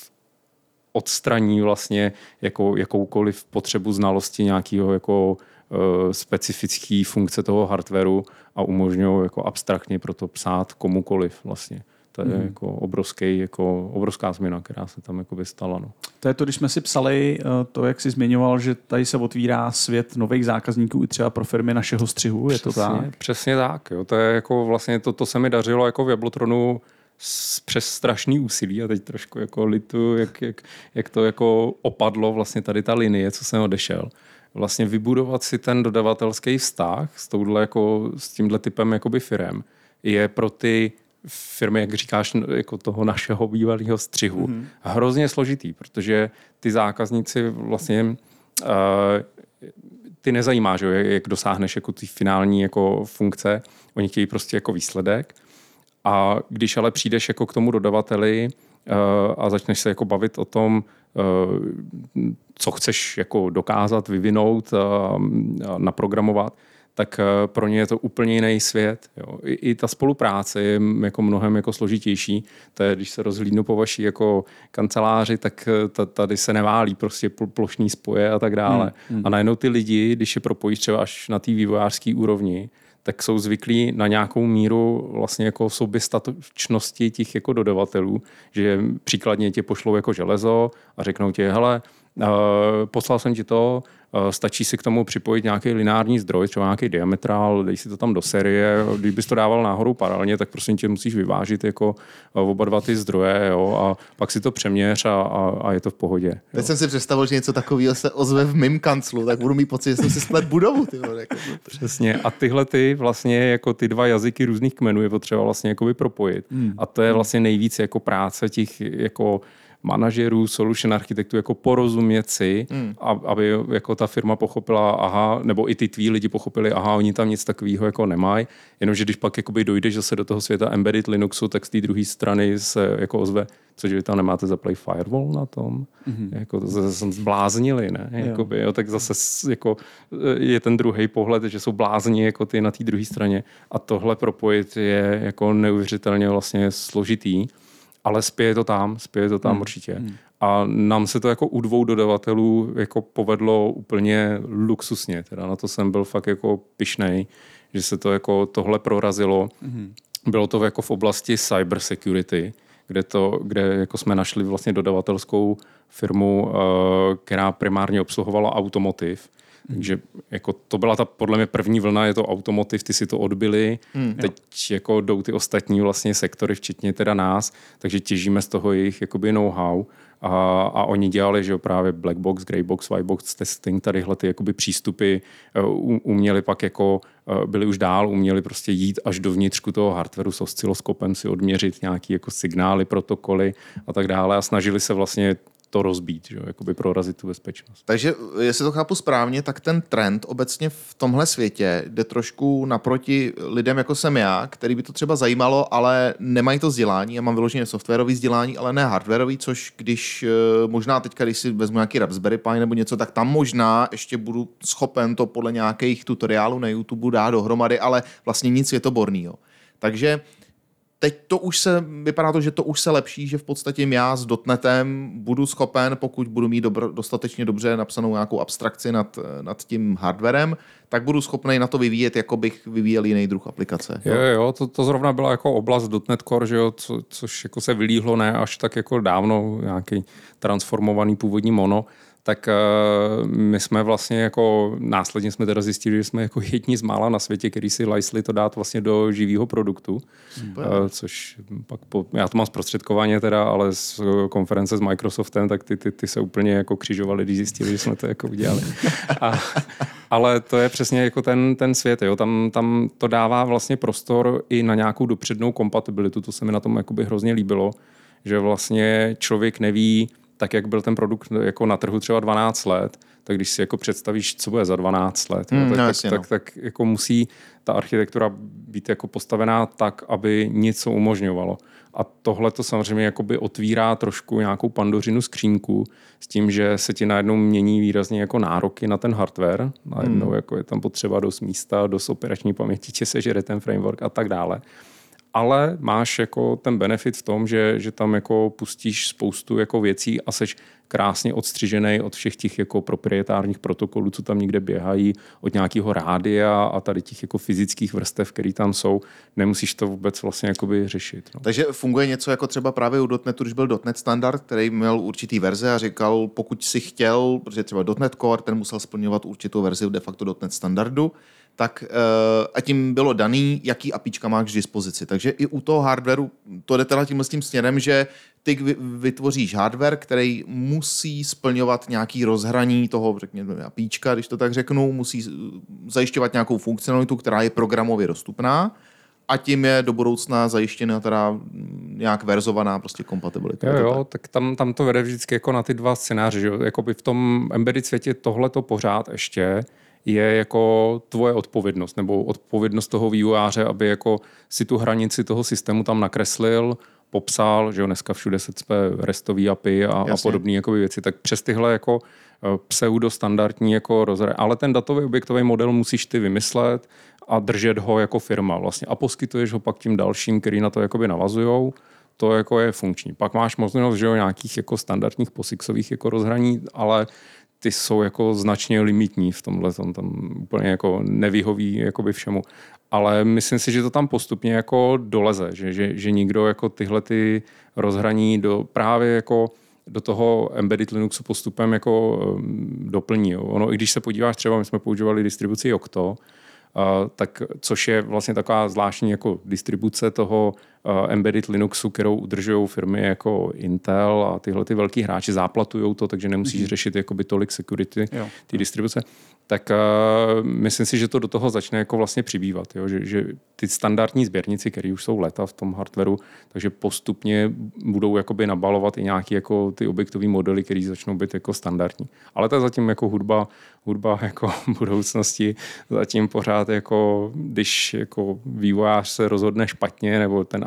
odstraní vlastně jako jakoukoliv potřebu znalosti nějakého jako specifické funkce toho hardwareu a umožňují jako abstraktně pro to psát komukoliv vlastně. To je jako obrovská změna, která se tam jako stala. No. To je to, když jsme si psali to, jak jsi zmiňoval, že tady se otvírá svět nových zákazníků i třeba pro firmy našeho střihu, je to tak? Přesně tak. Jo. To je jako vlastně to se mi dařilo jako v Jablotronu přes strašný úsilí a teď trošku jako litu, jak to jako opadlo vlastně tady ta linie, co jsem odešel. Vlastně vybudovat si ten dodavatelský vztah s tímhle typem jakoby firem je pro ty firmy, jak říkáš, jako toho našeho bývalého střihu, hrozně složitý, protože ty zákazníci vlastně ty nezajímá, že jak dosáhneš jako ty finální jako funkce, oni chtějí prostě jako výsledek. A když ale přijdeš jako k tomu dodavateli a začneš se jako bavit o tom, co chceš jako dokázat, vyvinout, naprogramovat, tak pro ně je to úplně jiný svět. Jo. I ta spolupráce je jako mnohem jako složitější. To je, když se rozhlídnu po vaší jako kanceláři, tak tady se neválí prostě plošný spoje a tak dále. A najednou ty lidi, když je propojíš třeba až na té vývojářské úrovni, tak jsou zvyklí na nějakou míru vlastně jako soběstačnosti těch jako dodavatelů, že příkladně tě pošlou jako železo a řeknou ti, hele, poslal jsem ti to, stačí si k tomu připojit nějaký lineární zdroj, třeba nějaký diametral, dej si to tam do série, když bys to dával náhodou paralelně, tak prostě tě musíš vyvážit jako oba dva ty zdroje, jo, a pak si to přeměř a je to v pohodě. Teď jsem si představil, že něco takového se ozve v mým kanclu, tak budu mít pocit, že jsem si splet budovu. Přesně. A tyhle ty vlastně jako ty dva jazyky různých kmenů je potřeba vlastně jakoby propojit. A to je vlastně nejvíc jako práce těch jako manažerů, solution architektů, jako porozumět si, aby jako ta firma pochopila, aha, nebo i ty tví lidi pochopili, aha, oni tam nic takového jako nemají, jenomže když pak jakoby dojdeš zase do toho světa embedded Linuxu, tak z té druhé strany se jako ozve, cože vy tam nemáte zaplay firewall na tom? Jako to zase jsem zbláznili, ne? Jakoby, jo, tak zase jako je ten druhý pohled, že jsou blázni jako ty na té druhé straně a tohle propojit je jako neuvěřitelně vlastně složitý. Ale spěje to tam určitě. A nám se to jako u 2 dodavatelů jako povedlo úplně luxusně. Teda na to jsem byl fakt jako pyšnej, že se to jako tohle prorazilo. Bylo to jako v oblasti cyber security, kde jako jsme našli vlastně dodavatelskou firmu, která primárně obsluhovala automotiv. Takže jako to byla ta podle mě první vlna, je to automotiv, ty si to odbili, teď jako jdou ty ostatní vlastně sektory, včetně teda nás, takže těžíme z toho jejich jakoby know-how a oni dělali, že jo, právě black box, grey box, white box testing, tadyhle ty jakoby přístupy uměli pak jako, byli už dál, uměli prostě jít až do vnitřku toho hardwareu s osciloskopem si odměřit nějaký jako signály, protokoly a tak dále a snažili se vlastně to rozbít, že? Jakoby prorazit tu bezpečnost. Takže, jestli to chápu správně, tak ten trend obecně v tomhle světě jde trošku naproti lidem, jako jsem já, který by to třeba zajímalo, ale nemají to vzdělání. Já mám vyloženě softwarové vzdělání, ale ne hardwareový, což když možná teďka, když si vezmu nějaký Raspberry Pi nebo něco, tak tam možná ještě budu schopen to podle nějakých tutoriálů na YouTube dát dohromady, ale vlastně nic světobornýho. Takže teď to už vypadá to, že to už se lepší, že v podstatě já s .NETem budu schopen, pokud budu mít dostatečně dobře napsanou nějakou abstrakci nad tím hardwarem, tak budu schopný na to vyvíjet, jako bych vyvíjel jiný druh aplikace. Jo, to zrovna byla jako oblast .NET Core, že jo, což jako se vylíhlo ne až tak jako dávno, nějaký transformovaný původní mono, tak my jsme vlastně jako následně jsme teda zjistili, že jsme jako jedni z mála na světě, který si lajsli to dát vlastně do živého produktu, což pak já to mám zprostředkovaně teda, ale z konference s Microsoftem, tak ty se úplně jako křižovali, když zjistili, že jsme to jako udělali. Ale to je přesně jako ten svět, jo. Tam to dává vlastně prostor i na nějakou dopřednou kompatibilitu, to se mi na tom jakoby hrozně líbilo, že vlastně člověk neví, tak jak byl ten produkt jako na trhu třeba 12 let, tak když si jako představíš, co bude za 12 let, tak jako musí ta architektura být jako postavená tak, aby něco umožňovalo. A tohle to samozřejmě jakoby otvírá trošku nějakou pandořinu skřínku s tím, že se ti najednou mění výrazně jako nároky na ten hardware. Najednou jako je tam potřeba dost místa, dost operační paměti, tě sežere ten framework a tak dále. Ale máš jako ten benefit v tom, že tam jako pustíš spoustu jako věcí a seš krásně odstřižený od všech těch jako proprietárních protokolů, co tam někde běhají, od nějakého rádia a tady těch jako fyzických vrstev, které tam jsou. Nemusíš to vůbec vlastně jakoby řešit. No. Takže funguje něco jako třeba právě u .NETu, když byl .NET standard, který měl určitý verze a říkal, pokud si chtěl, protože třeba .NET Core, ten musel splňovat určitou verzi de facto .NET standardu, tak a tím bylo daný, jaký APIčka máš k dispozici. Takže i u toho hardwareu to jde teda tímhle s tím směrem, že ty vytvoříš hardware, který musí splňovat nějaký rozhraní toho, řekněme, APIčka, když to tak řeknu, musí zajišťovat nějakou funkcionalitu, která je programově dostupná a tím je do budoucna zajištěna teda nějak verzovaná prostě kompatibilita. Jo, tak tam to vede vždycky jako na ty dva scénáře, že jo? Jakoby v tom embedded světě tohle to pořád ještě je jako tvoje odpovědnost nebo odpovědnost toho vývojáře, aby jako si tu hranici toho systému tam nakreslil, popsal, že jo, dneska všude se cpe restový API a podobné jako věci, tak přes tyhle jako pseudostandardní jako rozhraní, ale ten datový objektový model musíš ty vymyslet a držet ho jako firma vlastně a poskytuješ ho pak tím dalším, který na to jakoby navazujou. To jako je funkční. Pak máš možnost, že jo, nějakých jako standardních POSIXových jako rozhraní, ale ty jsou jako značně limitní v tomhle, tam úplně jako nevyhoví jakoby všemu. Ale myslím si, že to tam postupně jako doleze, že nikdo jako tyhle ty rozhraní právě jako do toho embedded Linuxu postupem jako doplní. Jo. Ono, i když se podíváš třeba, my jsme používali distribuci Yocto, tak, což je vlastně taková zvláštní jako distribuce toho embedded Linuxu, kterou udržují firmy jako Intel a tyhle ty velký hráči, záplatujou to, takže nemusíš řešit jakoby tolik security ty distribuce. Tak myslím si, že to do toho začne jako vlastně přibývat. Jo? Že ty standardní sběrníci, které už jsou leta v tom hardwareu, takže postupně budou jakoby nabalovat i nějaké jako ty objektový modely, které začnou být jako standardní. Ale to je zatím jako hudba jako budoucnosti. Zatím pořád jako, když jako vývojář se rozhodne špatně, nebo ten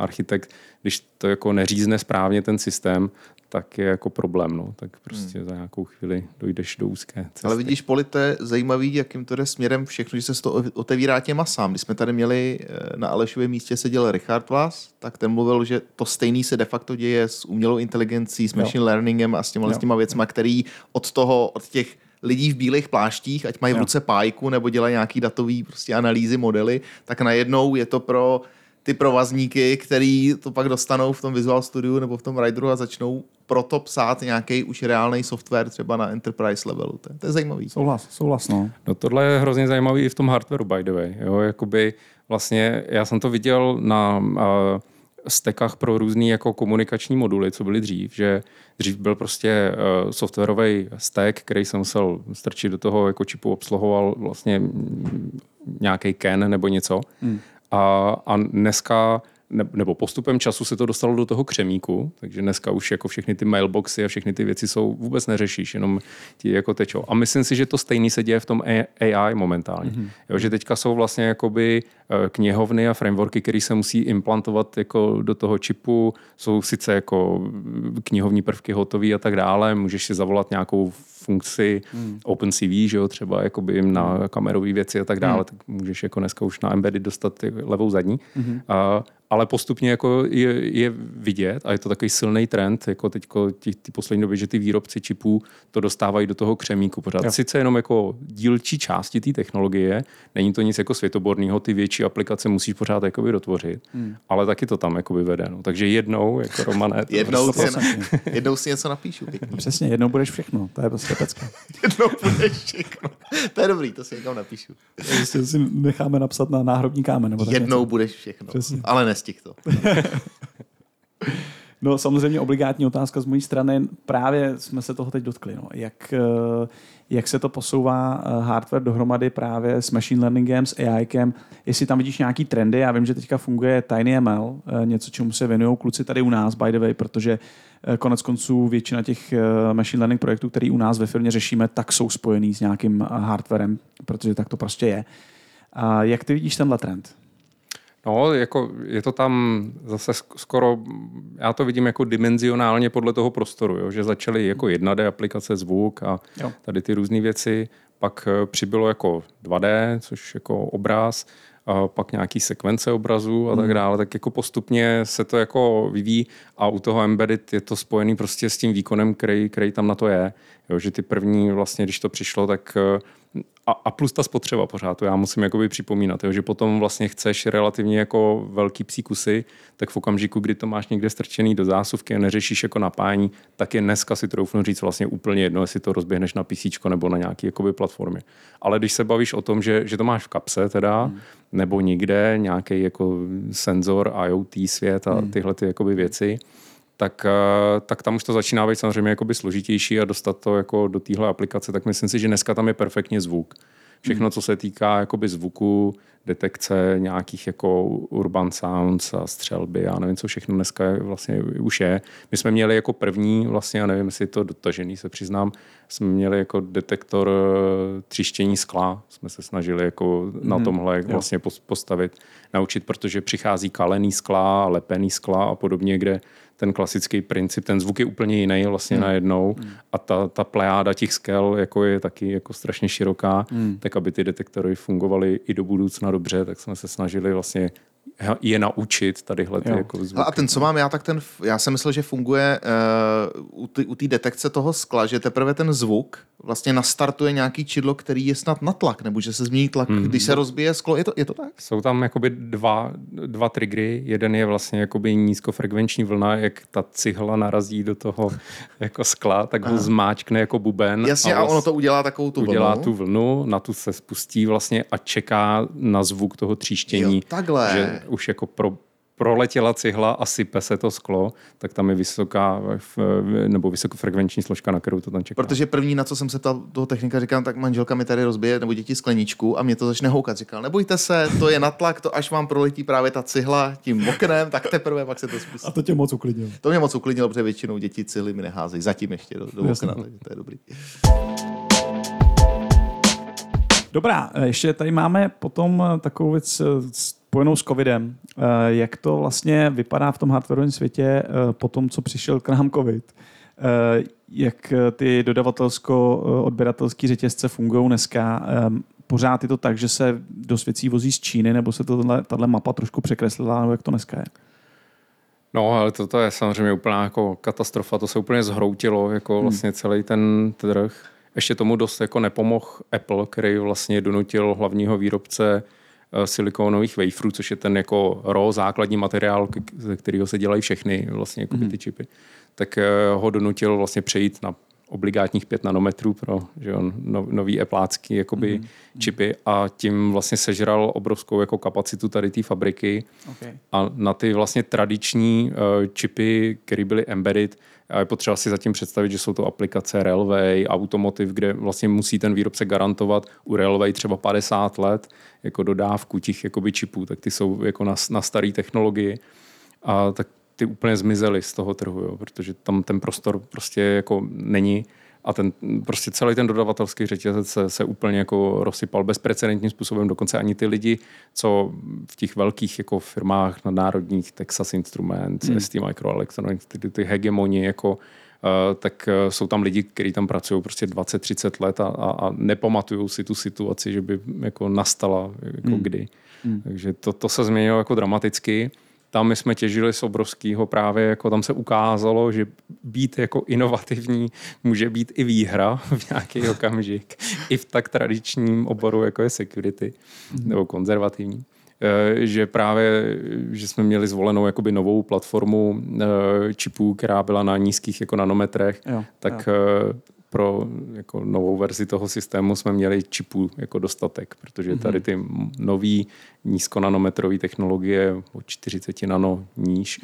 architekt, když to jako neřízne správně ten systém, tak je jako problém, no. Tak prostě za nějakou chvíli dojdeš do úzké cesty. Ale vidíš, Poli, to je zajímavý, jakým to jde směrem všechno, že se to otevírá těm masám. Když jsme tady měli na Alešově místě seděl Richard Vlas, tak ten mluvil, že to stejný se de facto děje s umělou inteligencí, s machine learningem a s těma věcma, který od těch lidí v bílých pláštích, ať mají v ruce pájku nebo dělají nějaký datový prostě analýzy, modely, tak najednou je to pro ty provazníky, který to pak dostanou v tom Visual Studiu nebo v tom Rideru a začnou proto psát nějaký už reálný software třeba na enterprise levelu. To je zajímavý. Souhlas, no. No tohle je hrozně zajímavý i v tom hardwareu, by the way. Jo, jakoby vlastně já jsem to viděl na stekách pro různý jako komunikační moduly, co byly dřív, že dřív byl prostě softwarový stack, který jsem musel strčit do toho jako čipu, obsluhoval vlastně nějaký CAN nebo něco. A dneska, nebo postupem času se to dostalo do toho křemíku, takže dneska už jako všechny ty mailboxy a všechny ty věci jsou vůbec neřešíš, jenom ti jako tečou. A myslím si, že to stejný se děje v tom AI momentálně. Jo, že teďka jsou vlastně jakoby knihovny a frameworky, které se musí implantovat jako do toho čipu, jsou sice jako knihovní prvky hotový a tak dále, můžeš si zavolat nějakou funkci OpenCV, že jo, třeba jakoby na kamerové věci a tak dále, tak můžeš jako dneska už na embedded dostat levou zadní. Ale postupně jako je vidět a je to takový silný trend, jako teďko ty poslední době, že ty výrobci čipů to dostávají do toho křemíku pořád. Sice jenom jako dílčí části té technologie, není to nic jako světoborného, ty větší aplikace musíš pořád jakoby dotvořit, ale taky to tam jakoby vede. No. Takže jednou, jako Romane, jednou si něco napíšu. Přesně, jednou budeš všechno, to je prostě pecka. Jednou budeš všechno. To je dobrý, to si někam napíšu. To si necháme napsat na náhrobní kámen. Nebo jednou budeš všechno, přesně. Ale nestih to. No samozřejmě obligátní otázka z mojí strany, právě jsme se toho teď dotkli. No. Jak se to posouvá hardware dohromady právě s machine learningem, s AIkem, jestli tam vidíš nějaký trendy, já vím, že teďka funguje TinyML, něco, čemu se věnují kluci tady u nás, by the way, protože konec konců většina těch machine learning projektů, který u nás ve firmě řešíme, tak jsou spojený s nějakým hardwarem, protože tak to prostě je. A jak ty vidíš tenhle trend? No, jako je to tam zase skoro, já to vidím jako dimenzionálně podle toho prostoru, jo, že začaly jako 1D aplikace, zvuk a tady ty různé věci, pak přibylo jako 2D, což jako obraz, a pak nějaký sekvence obrazů a tak dále, tak jako postupně se to jako vyvíjí a u toho embedded je to spojený prostě s tím výkonem, který tam na to je. Jo, že ty první vlastně, když to přišlo, tak a plus ta spotřeba pořád, to já musím jakoby připomínat, jo, že potom vlastně chceš relativně jako velký psí kusy, tak v okamžiku, kdy to máš někde strčený do zásuvky a neřešíš jako napájení, tak je dneska si troufnu říct vlastně úplně jedno, jestli to rozběhneš na PCčko nebo na nějaký jakoby platformě. Ale když se bavíš o tom, že to máš v kapse teda, nebo nikde nějaký jako senzor, IoT svět a tyhle ty jakoby věci, tak tam už to začíná být samozřejmě jakoby složitější a dostat to jako do téhle aplikace, tak myslím si, že dneska tam je perfektně zvuk. Všechno, co se týká jakoby zvuku, detekce nějakých jako urban sounds a střelby, já nevím, co všechno dneska vlastně už je. My jsme měli jako první, vlastně, já nevím, jestli to dotažený, se přiznám, jsme měli jako detektor tříštění skla, jsme se snažili jako na tomhle vlastně postavit, naučit, protože přichází kalený skla, lepený skla a podobně, kde ten klasický princip, ten zvuk je úplně jiný vlastně najednou a ta plejáda těch skel jako je taky jako strašně široká, tak aby ty detektory fungovaly i do budoucna dobře, tak jsme se snažili vlastně je naučit tadyhle ty jako zvuky. A ten, co mám já, tak já jsem myslel, že funguje u té detekce toho skla, že teprve ten zvuk vlastně nastartuje nějaký čidlo, který je snad na tlak, nebo že se změní tlak, když se rozbije sklo. Je to tak? Jsou tam jakoby dva triggery. Jeden je vlastně jakoby nízkofrekvenční vlna, jak ta cihla narazí do toho jako skla, tak ho zmáčkne jako buben. Jasně, a ono to udělá takovou tu vlnu. Udělá tu vlnu, na tu se spustí vlastně a čeká na zvuk toho tříštění. Jo, takhle. Že už jako proletěla cihla a sype se to sklo, tak tam je vysoká nebo vysokofrekvenční složka, na kterou to tam čeká. Protože první, na co jsem se ptal toho technika, říkám, tak manželka mi tady rozbije nebo děti skleničku a mě to začne houkat. Říkal, nebojte se, to je natlak, to až vám proletí právě ta cihla tím oknem, tak teprve pak se to spustí. A to tě moc uklidnilo. To mě moc uklidnilo, protože většinou děti cihly mi neházejí zatím ještě do okna, takže to je dobrý. Dobrá, ještě tady máme potom takovou věc spojenou s covidem. Jak to vlastně vypadá v tom hardwarovém světě po tom, co přišel k nám covid? Jak ty dodavatelsko-odběratelské řetězce fungují dneska? Pořád je to tak, že se dost věcí vozí z Číny, nebo se tahle mapa trošku překreslila, nebo jak to dneska je? No, ale to je samozřejmě úplná jako katastrofa, to se úplně zhroutilo, jako vlastně celý ten trh. Ještě tomu dost jako nepomohl Apple, který vlastně donutil hlavního výrobce silikonových waferů, což je ten jako raw základní materiál, ze kterého se dělají všechny vlastně jako ty čipy, tak ho donutil vlastně přejít na obligátních 5 nanometrů pro nový applácký jakoby čipy a tím vlastně sežral obrovskou jako kapacitu tady té fabriky. Okay. A na ty vlastně tradiční čipy, které byly embedded, a je potřeba si zatím představit, že jsou to aplikace Railway, Automotive, kde vlastně musí ten výrobce garantovat u Railway třeba 50 let jako dodávku těch jakoby čipů, tak ty jsou jako na staré technologii. A tak ty úplně zmizely z toho trhu, jo, protože tam ten prostor prostě jako není a prostě celý ten dodavatelský řetězec se úplně jako rozsypal bezprecedentním způsobem. Dokonce ani ty lidi, co v těch velkých jako firmách nadnárodních, Texas Instruments, ST Microelectronics, ty hegemoni, jako, tak jsou tam lidi, kteří tam pracují prostě 20-30 let a nepamatují si tu situaci, že by jako nastala jako kdy. Takže to se změnilo jako dramaticky. Tam my jsme těžili z obrovského právě, jako tam se ukázalo, že být jako inovativní může být i výhra v nějaký okamžik. I v tak tradičním oboru, jako je security, nebo konzervativní. Že právě, že jsme měli zvolenou jakoby novou platformu čipů, která byla na nízkých jako nanometrech, tak pro jako novou verzi toho systému jsme měli čipů jako dostatek, protože tady ty nový nízkonanometrové technologie o 40 nano níž,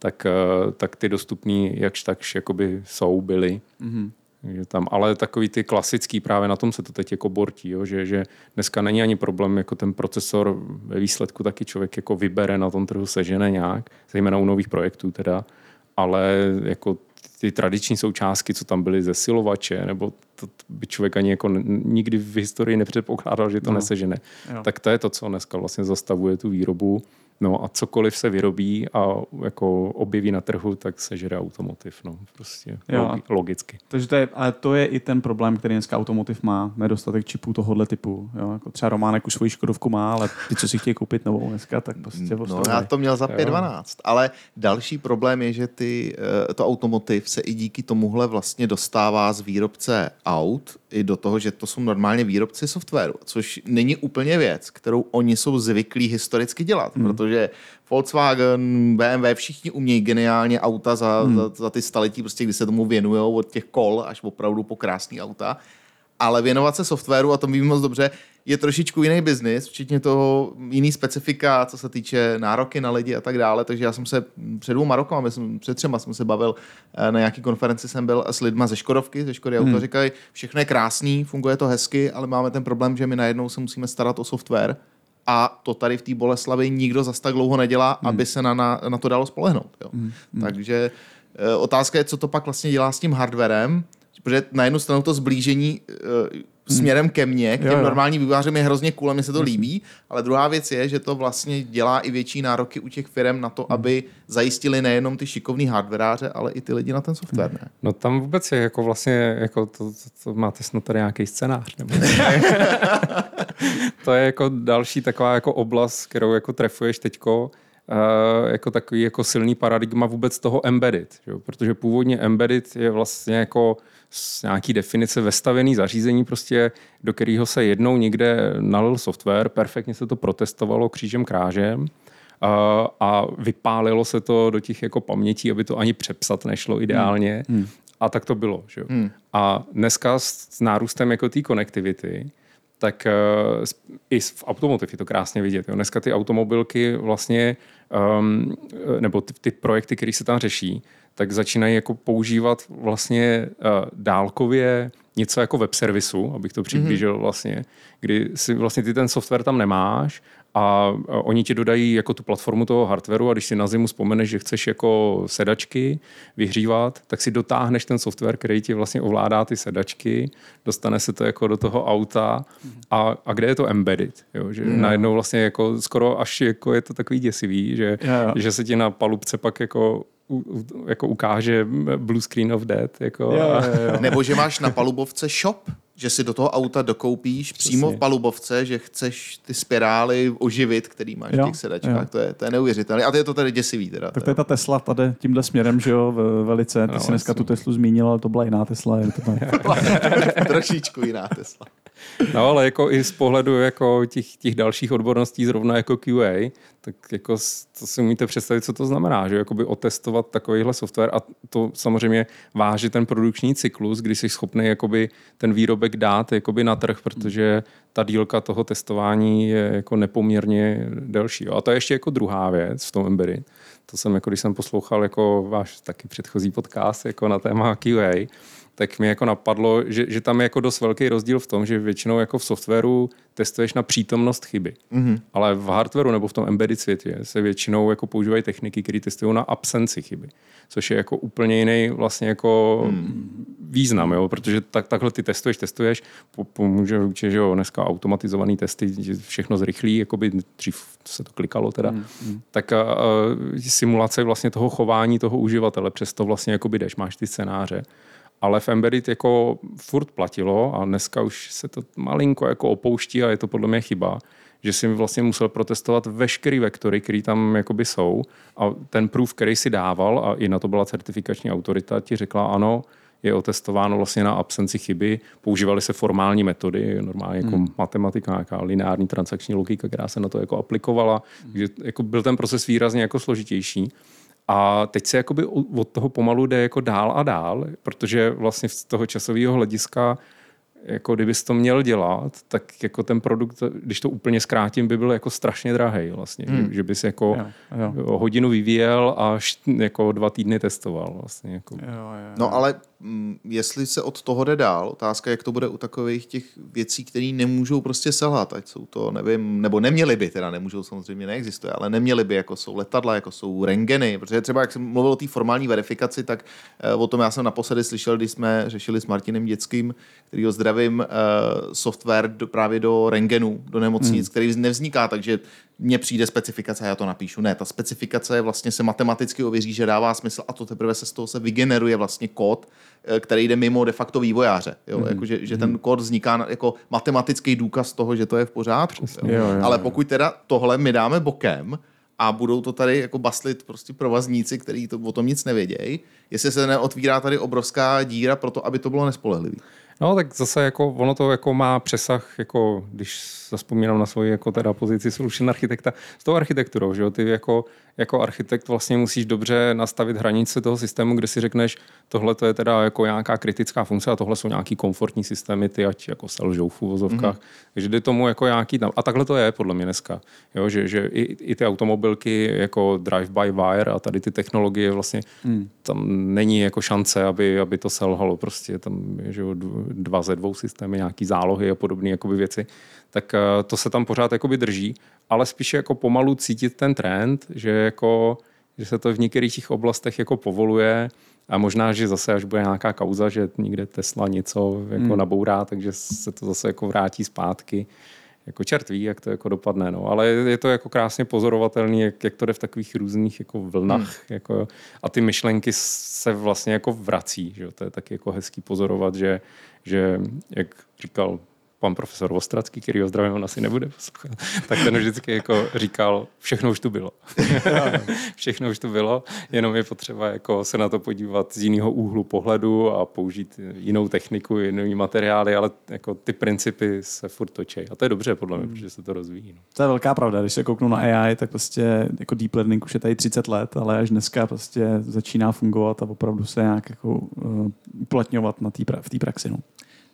tak ty dostupný jakž takž jakoby byly. Tam, ale takový ty klasický, právě na tom se to teď jako bortí, jo, že dneska není ani problém, jako ten procesor ve výsledku taky člověk jako vybere na tom trhu, sežene nějak, zejména u nových projektů teda, ale jako ty tradiční součástky, co tam byly ze silovače, nebo to by člověk ani jako nikdy v historii nepředpokládal, že to nesežene. Tak to je to, co dneska vlastně zastavuje tu výrobu. No a cokoliv se vyrobí a jako objeví na trhu, tak sežere automotiv. No, prostě logicky. Takže to je i ten problém, který dneska automotiv má, nedostatek čipů tohohle typu. Jo? Jako třeba Románek už svoji Škodovku má, ale ty, co si chtějí koupit novou dneska, tak prostě já to měl za 512. Ale další problém je, že to automotiv se i díky tomuhle vlastně dostává z výrobce aut i do toho, že to jsou normálně výrobci softwaru, což není úplně věc, kterou oni jsou zvyklí historicky dělat, protože Volkswagen, BMW, všichni umějí geniálně auta za ty staletí, prostě, kdy se tomu věnujou od těch kol až opravdu po krásný auta. Ale věnovat se softwaru, a to vím moc dobře, je trošičku jiný biznis, včetně toho jiný specifika, co se týče nároky na lidi a tak dále. Takže já jsem se před 2 rokama, před 3 jsem se bavil na nějaký konferenci, jsem byl s lidma ze Škodovky, ze Škody Auto, říkají, všechno je krásný, funguje to hezky, ale máme ten problém, že my najednou se musíme starat o software a to tady v té Boleslavi nikdo zas tak dlouho nedělá, aby se na to dalo spolehnout. Jo. Takže otázka je, co to pak vlastně dělá s tím hardwarem, protože na jednu stranu to zblížení směrem ke mně, k těm normálním vývojářům je hrozně cool a mně se to líbí, ale druhá věc je, že to vlastně dělá i větší nároky u těch firm na to, aby zajistili nejenom ty šikovný hardwaráře, ale i ty lidi na ten software. Ne? No tam vůbec je jako vlastně, jako to máte snad tady nějaký scénář. Nebo to je jako další taková jako oblast, kterou jako trefuješ teďko, jako takový jako silný paradigma vůbec toho embedded. Jo? Protože původně embedded je vlastně jako z nějaký definice vestavěný zařízení, prostě, do kterého se jednou někde nalil software, perfektně se to protestovalo křížem krážem a vypálilo se to do těch jako pamětí, aby to ani přepsat nešlo ideálně. A tak to bylo. Že jo? A dneska s nárůstem jako té konektivity, tak i v automotiv je to krásně vidět. Jo. Dneska ty automobilky vlastně, nebo ty projekty, které se tam řeší, tak začínají jako používat vlastně dálkově něco jako web servisu, abych to přiblížil vlastně, kdy si vlastně ty ten software tam nemáš a oni ti dodají jako tu platformu toho hardwareu a když si na zimu vzpomeneš, že chceš jako sedačky vyhřívat, tak si dotáhneš ten software, který ti vlastně ovládá ty sedačky, dostane se to jako do toho auta a kde je to embedded, jo? Že najednou vlastně jako skoro až jako je to takový děsivý, že se ti na palubce pak jako ukáže blue screen of death. Jako, Nebo že máš na palubovce shop, že si do toho auta dokoupíš přímo v palubovce, že chceš ty spirály oživit, který máš v těch sedačkách. To je neuvěřitelné. A je to tady děsivý. Teda, tak to je ta Tesla tady tímhle směrem, že jo, velice. Ty jsi dneska tu Teslu zmínil, ale to byla jiná Tesla. Je to trošičku jiná Tesla. No ale jako i z pohledu jako těch dalších odborností, zrovna jako QA, tak jako to si umíte představit, co to znamená, že jakoby otestovat takovýhle software a to samozřejmě váží ten produkční cyklus, kdy jsi schopný jakoby ten výrobek dát jakoby na trh, protože ta dílka toho testování je jako nepoměrně delší. A to je ještě jako druhá věc v tom embedded. To jsem jako, když jsem poslouchal jako váš taky předchozí podcast jako na téma QA, tak mi jako napadlo, že tam je jako dost velký rozdíl v tom, že většinou jako v softwaru testuješ na přítomnost chyby. Ale v hardwaru nebo v tom embedded světě se většinou jako používají techniky, které testují na absenci chyby. Což je jako úplně jiný vlastně jako význam, jo? Protože takhle ty testuješ, pomůže určitě, že jo, dneska automatizovaný testy, všechno zrychlí, jakoby dřív se to klikalo teda, tak simulace vlastně toho chování toho uživatele, přesto vlastně jakoby jdeš, máš ty scénáře. Ale v embedded jako furt platilo a dneska už se to malinko jako opouští a je to podle mě chyba, že si vlastně musel protestovat veškerý vektory, který tam jakoby jsou a ten proof, který si dával a i na to byla certifikační autorita, ti řekla ano, je otestováno vlastně na absenci chyby, používaly se formální metody, normálně jako matematika, nějaká lineární transakční logika, která se na to jako aplikovala, takže jako byl ten proces výrazně jako složitější. A teď se jakoby od toho pomalu jde jako dál a dál, protože vlastně z toho časového hlediska, jako kdybys to měl dělat, tak jako ten produkt, když to úplně zkrátím, by byl jako strašně drahej vlastně. Že bys jako hodinu vyvíjel a jako 2 týdny testoval vlastně. Jako. No ale jestli se od toho jde dál, otázka, jak to bude u takových těch věcí, které nemůžou prostě selhat, ať jsou to, nevím, nebo neměly by, teda nemůžou, samozřejmě neexistuje, ale neměly by, jako jsou letadla, jako jsou rentgeny, protože třeba, jak jsem mluvil o té formální verifikaci, tak o tom já jsem naposledy slyšel, když jsme řešili s Martinem Dětským, kterýho zdravím, software právě do rentgenů, do nemocnic, který nevzniká, takže mně přijde specifikace a já to napíšu. Ne, ta specifikace vlastně se matematicky ověří, že dává smysl a to teprve se z toho se vygeneruje vlastně kód, který jde mimo de facto vývojáře. Jo? Jako, že ten kód vzniká jako matematický důkaz toho, že to je v pořádku. Jo? Ale pokud teda tohle my dáme bokem a budou to tady jako baslit prostě provazníci, kteří o tom nic nevědějí, jestli se neotvírá tady obrovská díra pro to, aby to bylo nespolehlivý. No tak zase jako ono to jako má přesah, jako když zavzpomínám na svoji jako teda pozici solution architekta, s tou architekturou, že jo, ty jako architekt vlastně musíš dobře nastavit hranice toho systému, kde si řekneš, tohle to je teda jako nějaká kritická funkce a tohle jsou nějaký komfortní systémy, ty ať jako selžou v uvozovkách. Takže jde tomu jako nějaký tam. A takhle to je podle mě dneska. Jo, že i ty automobilky jako drive-by-wire a tady ty technologie vlastně tam není jako šance, aby to selhalo. Prostě tam je, že 2 ze 2 systémy, nějaký zálohy a podobné jakoby věci. Tak to se tam pořád jakoby drží, ale spíše jako pomalu cítit ten trend, že se to v některých těch oblastech jako povoluje a možná, že zase až bude nějaká kauza, že někde Tesla něco jako nabourá, takže se to zase jako vrátí zpátky. Jako čert ví, jak to jako dopadne, no. Ale je to jako krásně pozorovatelný, jak to jde v takových různých jako vlnách. Jako, a ty myšlenky se vlastně jako vrací. Že? To je taky jako hezký pozorovat, že jak říkal pan profesor Vostracký, který ho zdravím, on asi nebude poslouchat, tak ten vždycky jako říkal, všechno už tu bylo. Všechno už tu bylo, jenom je potřeba jako se na to podívat z jiného úhlu pohledu a použít jinou techniku, jiný materiály, ale jako ty principy se furt točí. A to je dobře podle mě, protože se to rozvíjí. No. To je velká pravda. Když se kouknu na AI, tak prostě jako deep learning už je tady 30 let, ale až dneska prostě začíná fungovat a opravdu se nějak jako uplatňovat v té praxi. No.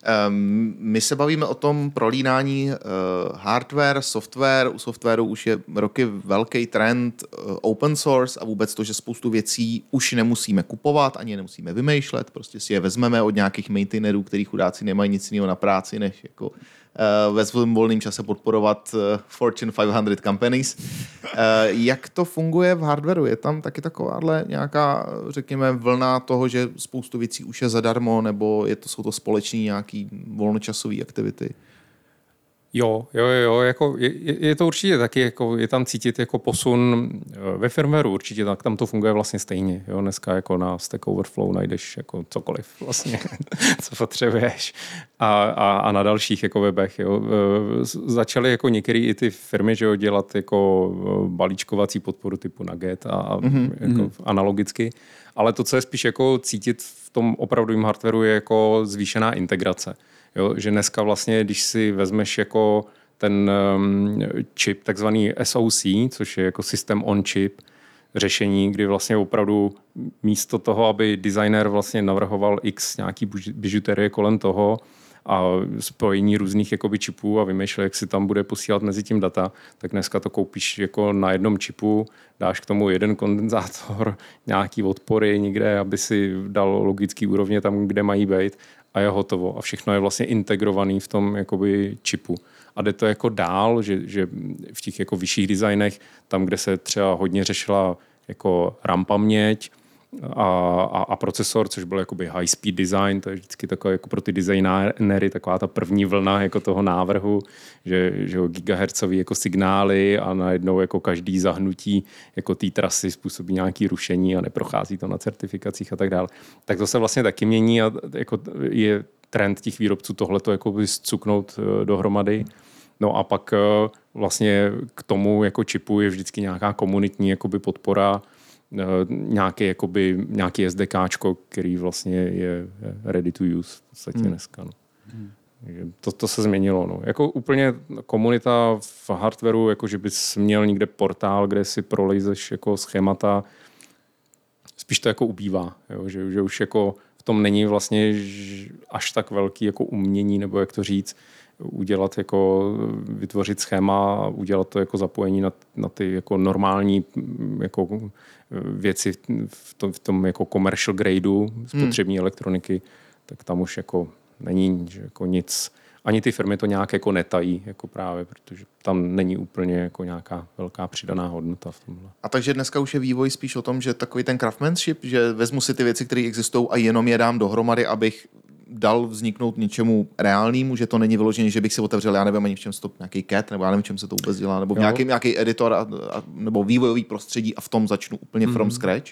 My se bavíme o tom prolínání hardware, software. U softwaru už je roky velký trend open source a vůbec to, že spoustu věcí už nemusíme kupovat, ani nemusíme vymýšlet, prostě si je vezmeme od nějakých maintainerů, který chudáci nemají nic jiného na práci, než jako ve svém volném čase podporovat Fortune 500 companies. Jak to funguje v hardwareu? Je tam taky takováhle nějaká, řekněme, vlna toho, že spoustu věcí už je zadarmo, nebo jsou to společní nějaký volnočasové aktivity? Jo, jako je to určitě taky, jako je tam cítit jako posun ve firmwareu určitě, tak tam to funguje vlastně stejně. Jo? Dneska jako na Stack Overflow najdeš jako cokoliv vlastně, co potřebuješ a na dalších jako webech. Jo? Začaly jako některé i ty firmy, že jo, dělat jako balíčkovací podporu typu Nugget a jako analogicky, ale to, co je spíš jako cítit v tom opravdovém hardwareu, je jako zvýšená integrace. Jo, že dneska vlastně, když si vezmeš jako ten čip, takzvaný SoC, což je jako system on chip, řešení, kdy vlastně opravdu místo toho, aby designer vlastně navrhoval x nějaký bižuterie kolem toho a spojení různých jakoby čipů a vymýšlel, jak si tam bude posílat mezi tím data, tak dneska to koupíš jako na jednom čipu, dáš k tomu jeden kondenzátor, nějaký odpory někde, aby si dal logický úrovně tam, kde mají být a je hotovo. A všechno je vlastně integrovaný v tom jakoby čipu. A jde to jako dál, že v těch jako vyšších designech, tam, kde se třeba hodně řešila jako RAM paměť a procesor, což byl jakoby high speed design, to je vždycky takové jako pro ty designéry taková ta první vlna jako toho návrhu, že gigahertzový jako signály a najednou jako každý zahnutí jako té trasy způsobí nějaké rušení a neprochází to na certifikacích a tak dále. Tak to se vlastně taky mění a jako je trend těch výrobců tohleto jakoby zcuknout dohromady. No a pak vlastně k tomu jako čipu je vždycky nějaká komunitní jakoby podpora, nějaký SDKčko, který vlastně je ready to use v podstatě dneska. No. To se změnilo. No. Jako úplně komunita v hardwareu, jako že bys měl někde portál, kde si prolejzeš jako schémata, spíš to jako ubývá. Jo? Že už jako v tom není vlastně až tak velký jako umění, nebo jak to říct, udělat jako, vytvořit schéma a udělat to jako zapojení na ty jako normální jako věci v tom jako commercial gradeu spotřební elektroniky, tak tam už jako není jako nic. Ani ty firmy to nějak jako netají, jako právě, protože tam není úplně jako nějaká velká přidaná hodnota v tomhle. A takže dneska už je vývoj spíš o tom, že takový ten craftsmanship, že vezmu si ty věci, které existují a jenom je dám dohromady, abych dal vzniknout něčemu reálnému, že to není vyložené, že bych si otevřel, já nevím ani v čem se to nějaký CAD, nebo já nevím, v čem se to vůbec dělá, nebo nějaký editor nebo vývojový prostředí a v tom začnu úplně from scratch?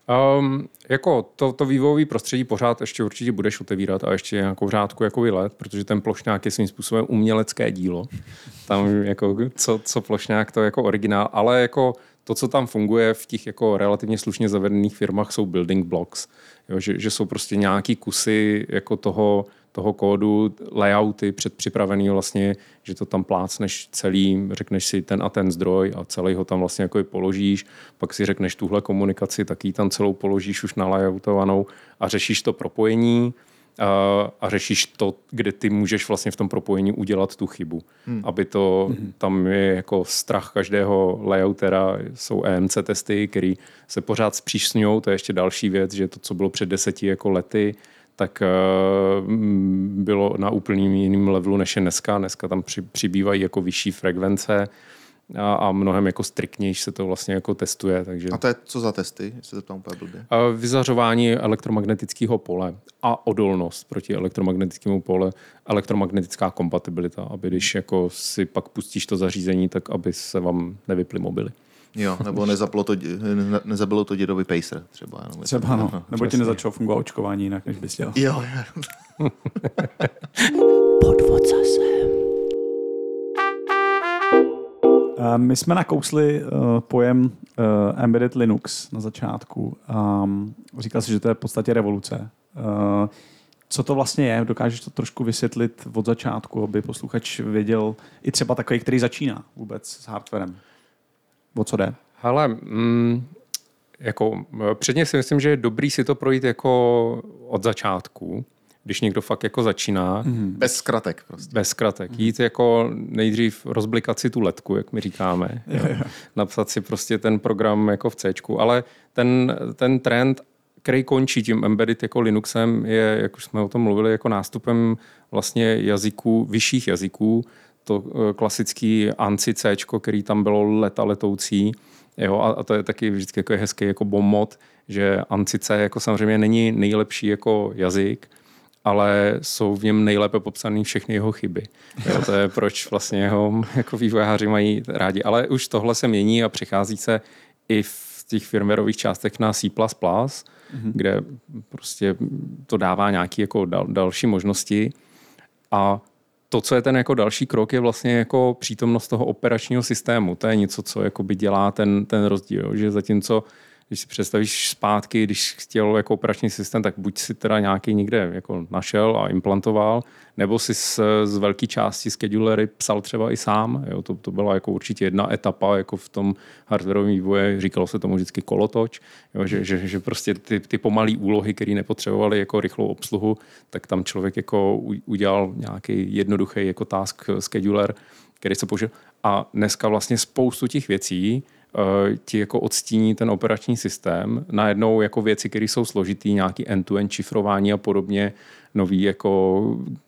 Jako to vývojové prostředí pořád ještě určitě budeš otevírat a ještě nějakou řádku jako let, protože ten plošňák je svým způsobem umělecké dílo. Tam jako co plošňák, to jako originál, ale jako to, co tam funguje v těch jako relativně slušně zavedených firmách, jsou building blocks. Jo, že jsou prostě nějaký kusy jako toho kódu, layouty předpřipravený vlastně, že to tam plácneš celý, řekneš si ten a ten zdroj a celý ho tam vlastně jako položíš, pak si řekneš tuhle komunikaci, tak ji tam celou položíš už na layoutovanou a řešíš to propojení a řešíš to, kde ty můžeš vlastně v tom propojení udělat tu chybu. Aby to, tam je jako strach každého layoutera, jsou EMC testy, které se pořád zpřísňují, to je ještě další věc, že to, co bylo před 10 jako lety, tak bylo na úplným jiným levelu než je dneska. Dneska tam přibývají jako vyšší frekvence a mnohem jako striktnější se to vlastně jako testuje. Takže... A to je co za testy, jestli to tam úplně blbě? Vyzařování elektromagnetického pole a odolnost proti elektromagnetickému pole, elektromagnetická kompatibilita, aby když jako si pak pustíš to zařízení, tak aby se vám nevyply mobily. Jo, nebo nezabilo to dědovi pacer třeba. Třeba no, nebo ti nezačalo fungovat očkování jinak, než bys chtěl. Jo. Podvod zase. My jsme nakousli pojem Embedded Linux na začátku. Říkal jsi, že to je v podstatě revoluce. Co to vlastně je? Dokážeš to trošku vysvětlit od začátku, aby posluchač věděl i třeba takový, který začíná vůbec s hardwarem? O co jde? Hele, jako předně si myslím, že je dobrý si to projít jako od začátku, když někdo fakt jako začíná. Bez zkratek prostě. Bez zkratek. Jít jako nejdřív rozblikat si tu letku, jak my říkáme. Jo. Napsat si prostě ten program jako v Cčku. Ale ten trend, který končí tím embedded jako Linuxem, je, jak už jsme o tom mluvili, jako nástupem vlastně jazyků, vyšších jazyků, to klasický ANSI Cčko, který tam bylo letoucí. Jo, a to je taky vždycky jako hezký jako bonmot, že ANSI C jako samozřejmě není nejlepší jako jazyk, ale jsou v něm nejlépe popsané všechny jeho chyby. Jo, to je proč vlastně jeho jako vývojáři mají rádi. Ale už tohle se mění a přichází se i v těch firmwareových částech na C++, kde prostě to dává nějaké jako další možnosti. A to, co je ten jako další krok, je vlastně jako přítomnost toho operačního systému. To je něco, co jakoby dělá ten rozdíl. Že zatímco, když si představíš zpátky, když chtěl jako operační systém, tak buď si teda nějaký někde jako našel a implantoval, nebo si z velké části schedulery psal třeba i sám. Jo, to byla jako určitě jedna etapa jako v tom hardwareovém vývoji. Říkalo se tomu vždycky kolotoč, jo, že prostě ty pomalé úlohy, které nepotřebovaly jako rychlou obsluhu, tak tam člověk jako udělal nějaký jednoduchý jako task scheduler, který se použil. A dneska vlastně spoustu těch věcí ti jako odstíní ten operační systém. Najednou jako věci, které jsou složitý, nějaký end-to-end šifrování a podobně, nový jako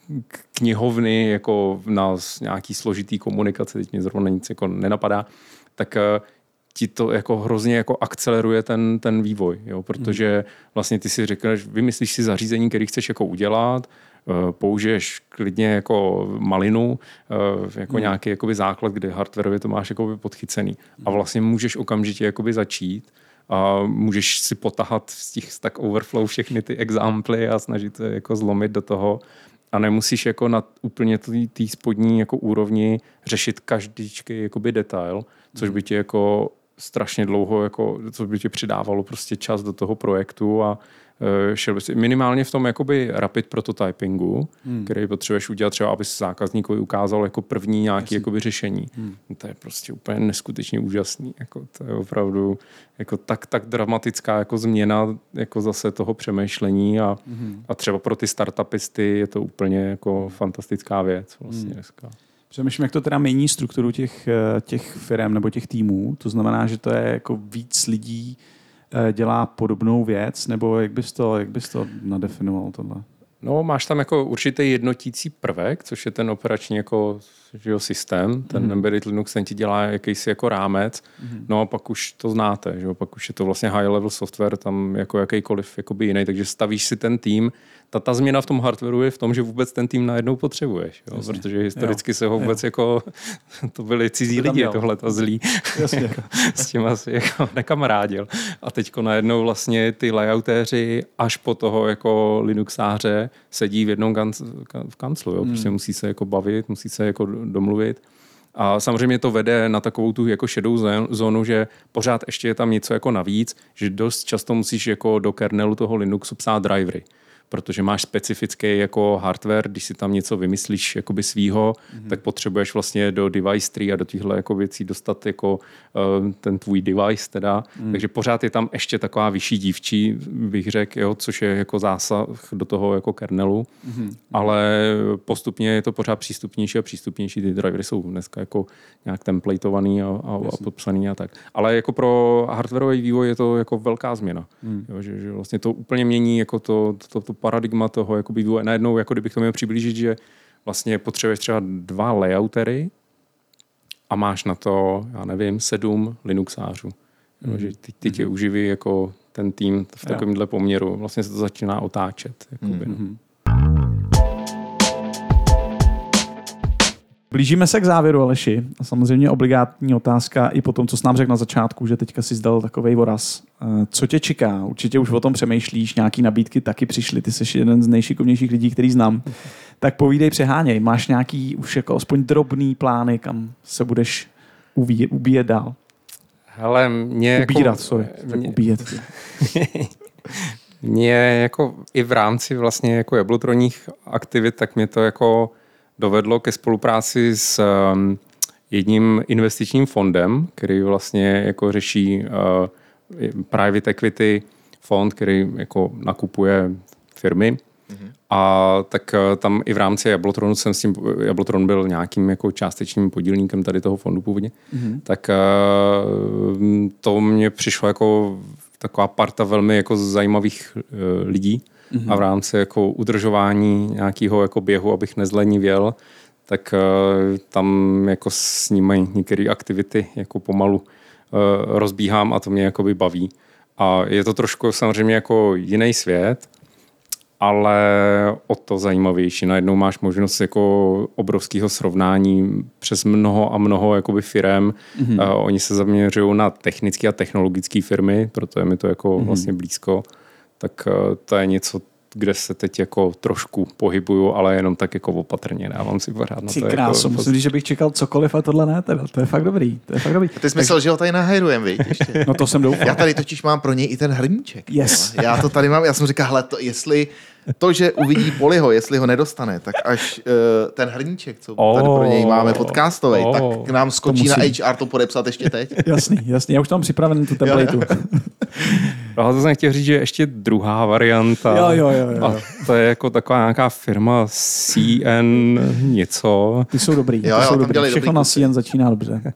knihovny, jako na nějaký složitý komunikace, teď mě zrovna nic jako nenapadá, tak ti to jako hrozně jako akceleruje ten vývoj, jo? Protože vlastně ty si řekneš, vymyslíš si zařízení, který chceš jako udělat, použiješ klidně jako malinu, jako nějaký jakoby základ, kde hardwareově to máš jakoby podchycený. A vlastně můžeš okamžitě jakoby začít a můžeš si potahat z těch Stack Overflow všechny ty examply a snažit se jako zlomit do toho. A nemusíš jako na úplně té spodní jako úrovni řešit každýčký jakoby detail, což by ti jako strašně dlouho, jako, což by ti přidávalo prostě čas do toho projektu a šel by si minimálně v tom jakoby rapid prototypingu, který potřebuješ udělat třeba, aby se zákazníkovi ukázal jako první nějaké jakoby řešení. To je prostě úplně neskutečně úžasný. Jako, to je opravdu jako tak dramatická jako změna jako zase toho přemýšlení a třeba pro ty startupisty je to úplně jako fantastická věc vlastně dneska. Přemýšlím, jak to teda mění strukturu těch firem nebo těch týmů. To znamená, že to je jako víc lidí dělá podobnou věc, nebo jak bys to nadefinoval tohle? No, máš tam jako určitý jednotící prvek, což je ten operační jako systém, ten embedded Linux, ten ti dělá jakýsi jako rámec, no a pak už to znáte, že jo? Pak už je to vlastně high level software, tam jako jakýkoliv jakoby jiný, takže stavíš si ten tým. Ta změna v tom hardwareu je v tom, že vůbec ten tým najednou potřebuješ, jo? Protože historicky se ho vůbec jako, to byli cizí lidi, tohle ta zlí, jako, s tím asi jako nekamarádil. A teďko najednou vlastně ty layoutéři až po toho jako Linuxáře sedí v jednom v kanclu, jo? Prostě musí se jako bavit, musí se jako domluvit. A samozřejmě to vede na takovou tu jako šedou zónu, že pořád ještě je tam něco jako navíc, že dost často musíš jako do kernelu toho Linuxu psát drivery, protože máš specifický jako hardware, když si tam něco vymyslíš jakoby svýho, tak potřebuješ vlastně do device tree a do těchto jako věcí dostat jako ten tvůj device teda. Takže pořád je tam ještě taková vyšší dívčí, bych řekl, jo, což je jako zásah do toho jako kernelu, ale postupně je to pořád přístupnější a přístupnější. Ty drivery jsou dneska jako nějak templatovaný a popsaný a tak. Ale jako pro hardwareový vývoj je to jako velká změna. Jo, že vlastně to úplně mění jako to paradigma toho jakoby vývoje. Najednou, jako kdybych to měl přiblížit, že vlastně potřebuješ třeba 2 layoutery a máš na to, já nevím, 7 Linuxářů. Že ty tě uživí jako ten tým v takovémhle poměru. Vlastně se to začíná otáčet. Jakoby, Blížíme se k závěru, Aleši. A samozřejmě obligátní otázka i po tom, co jsi nám řekl na začátku, že teďka si zdal takovej voraz. Co tě čeká? Určitě už o tom přemýšlíš, nějaký nabídky taky přišly. Ty jsi jeden z nejšikovnějších lidí, který znám. Tak povídej, přeháněj. Máš nějaký už jako aspoň drobný plány, kam se budeš ubíjet dál? Hele, ubíjet. Mě jako i v rámci vlastně jako jablotronních aktivit, tak mě to jako dovedlo ke spolupráci s jedním investičním fondem, který vlastně jako řeší private equity fond, který jako nakupuje firmy A tak tam i v rámci Jablotronu jsem s tím, Jablotron byl nějakým jako částečným podílníkem tady toho fondu původně, tak to mně přišlo jako taková parta velmi jako zajímavých lidí a v rámci jako udržování nějakého jako běhu, abych nezlenivěl, tak tam jako s nimi některé aktivity jako pomalu rozbíhám a to mě jakoby baví. A je to trošku samozřejmě jako jiný svět, ale o to zajímavější. Najednou máš možnost jako obrovského srovnání přes mnoho a mnoho jakoby firem. Oni se zaměřují na technické a technologické firmy, proto je mi to jako vlastně blízko. Tak to je něco, kde se teď jako trošku pohybuju, ale jenom tak jako opatrně. Dávám si pořád na to. Ty krásu, jako, musím říct, že bych čekal cokoliv a tohle ne, teda. To je fakt dobrý. A ty jsi myslel, že ho tady nahajrujem, viď, ještě. No to jsem doufal. Já tady totiž mám pro něj i ten hrníček. Yes. Já to tady mám, já jsem říkal, hele, jestli to, že uvidí Poliho, jestli ho nedostane, tak až ten hrníček, co tady pro něj máme podcastovej, tak k nám skočí na HR to podepsat ještě teď. Jasný. Já už tam připraven tu templateu. No, to jsem chtěl říct, že ještě druhá varianta. Jo. A to je jako taková nějaká firma CN něco. Ty jsou dobrý. Jo, Ty jsou tam dobrý. dělají Všechno dobrý na kusy. CN začíná dobře.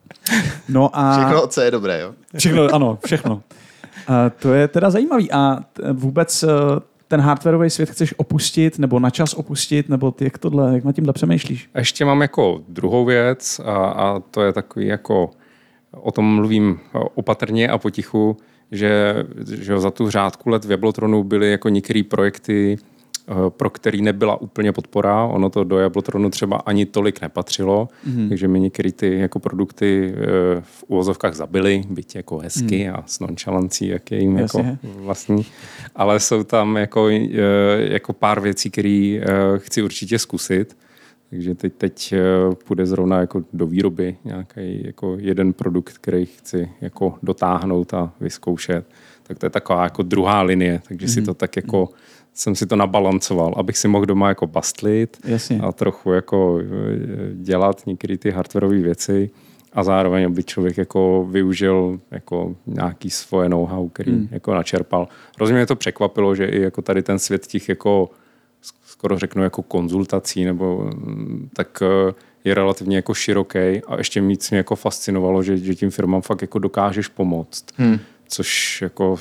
No a... Všechno, co je dobré, jo. Všechno, ano, všechno. To je teda zajímavý. A vůbec ten hardwareový svět chceš opustit, nebo na čas opustit, nebo ty jak nad tímhle přemýšlíš? A ještě mám jako druhou věc a to je takový jako, o tom mluvím opatrně a potichu, že za tu řádku let v Jablotronu byly jako některé projekty, pro který nebyla úplně podpora. Ono to do Jablotronu třeba ani tolik nepatřilo, takže mi některé ty jako produkty v uvozovkách zabily, byť jako hezky a s nonchalancí, jak je jim jako vlastní. Ale jsou tam jako pár věcí, které chci určitě zkusit. Takže teď půjde zrovna jako do výroby nějaký jako jeden produkt, který chci jako dotáhnout a vyzkoušet. Tak to je taková jako druhá linie, takže si to tak jako jsem si to nabalancoval, abych si mohl doma jako bastlit. Jasně. A trochu jako dělat některé ty hardwareové věci a zároveň, aby člověk jako využil jako nějaký svoje know-how, který jako načerpal. Hrozně mě to překvapilo, že i jako tady ten svět těch jako skoro řeknu jako konzultací, nebo tak je relativně jako široký a ještě víc mě jako fascinovalo, že tím firmám fakt jako dokážeš pomoct. Což jako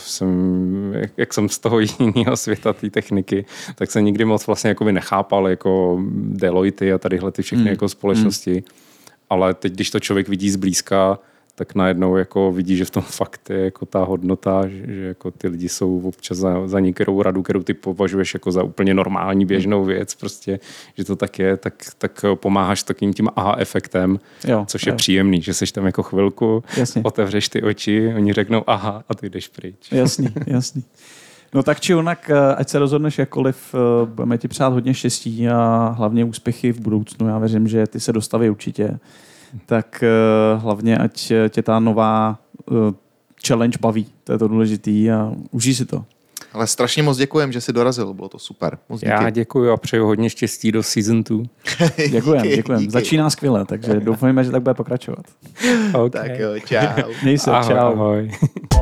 jak jsem z toho jiného světa té techniky, tak jsem nikdy moc vlastně jako by nechápal jako Deloitte a tadyhle ty všechny jako společnosti. Ale teď, když to člověk vidí zblízka, tak najednou jako vidí, že v tom fakt je jako ta hodnota, že jako ty lidi jsou občas za některou radu, kterou ty považuješ jako za úplně normální běžnou věc, prostě, že to tak je, tak pomáháš takým tím aha efektem, což je příjemný, že seš tam jako chvilku, otevřeš ty oči, oni řeknou aha a ty jdeš pryč. Jasný. No tak či onak, ať se rozhodneš jakkoliv, budeme ti přát hodně štěstí a hlavně úspěchy v budoucnu. Já věřím, že ty se dostaví určitě. Tak hlavně, ať tě ta nová challenge baví. To je to důležitý a užij si to. Ale strašně moc děkujem, že jsi dorazil, bylo to super. Moc díky. Já děkuji a přeju hodně štěstí do season 2. Děkujem. Začíná skvěle, takže doufujeme, že tak bude pokračovat. Okay. Tak jo, čau. Měj se, čau. Ahoj.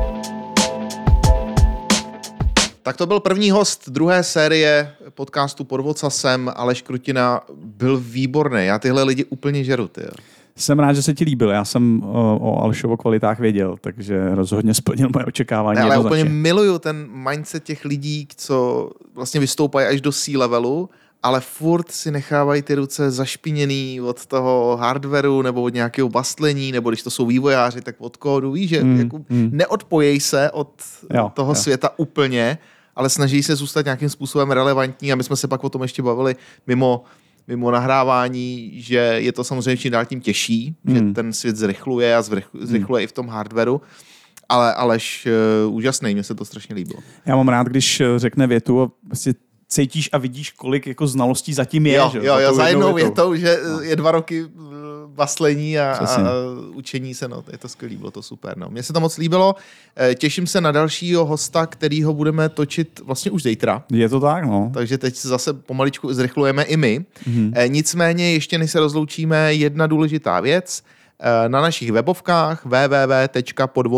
Tak to byl první host druhé série podcastu Pod Vocasem. Aleš Krutina byl výborný. Já tyhle lidi úplně žeru. Tyjo. Jsem rád, že se ti líbil. Já jsem o Alešovo kvalitách věděl, takže rozhodně splnil moje očekávání. Ale úplně miluju ten mindset těch lidí, co vlastně vystoupají až do C-levelu, ale furt si nechávají ty ruce zašpiněný od toho hardwareu nebo od nějakého bastlení, nebo když to jsou vývojáři, tak od kódu. Víš, že jako neodpojí se od toho světa úplně, ale snaží se zůstat nějakým způsobem relevantní a my jsme se pak o tom ještě bavili mimo nahrávání, že je to samozřejmě čím dál tím těžší, že ten svět zrychluje a zrychluje i v tom hardwareu, ale Aleš úžasný, mně se to strašně líbilo. Já mám rád, když řekne větu a vlastně cítíš a vidíš, kolik jako znalostí zatím je. Jo, za jednou větou, že je 2 roky baslení a učení se, no, je to skvělý, bylo to super. No. Mně se to moc líbilo, těším se na dalšího hosta, kterýho budeme točit vlastně už zítra. Je to tak, no. Takže teď zase pomaličku zrychlujeme i my. Nicméně ještě než se rozloučíme, jedna důležitá věc. Na našich webovkách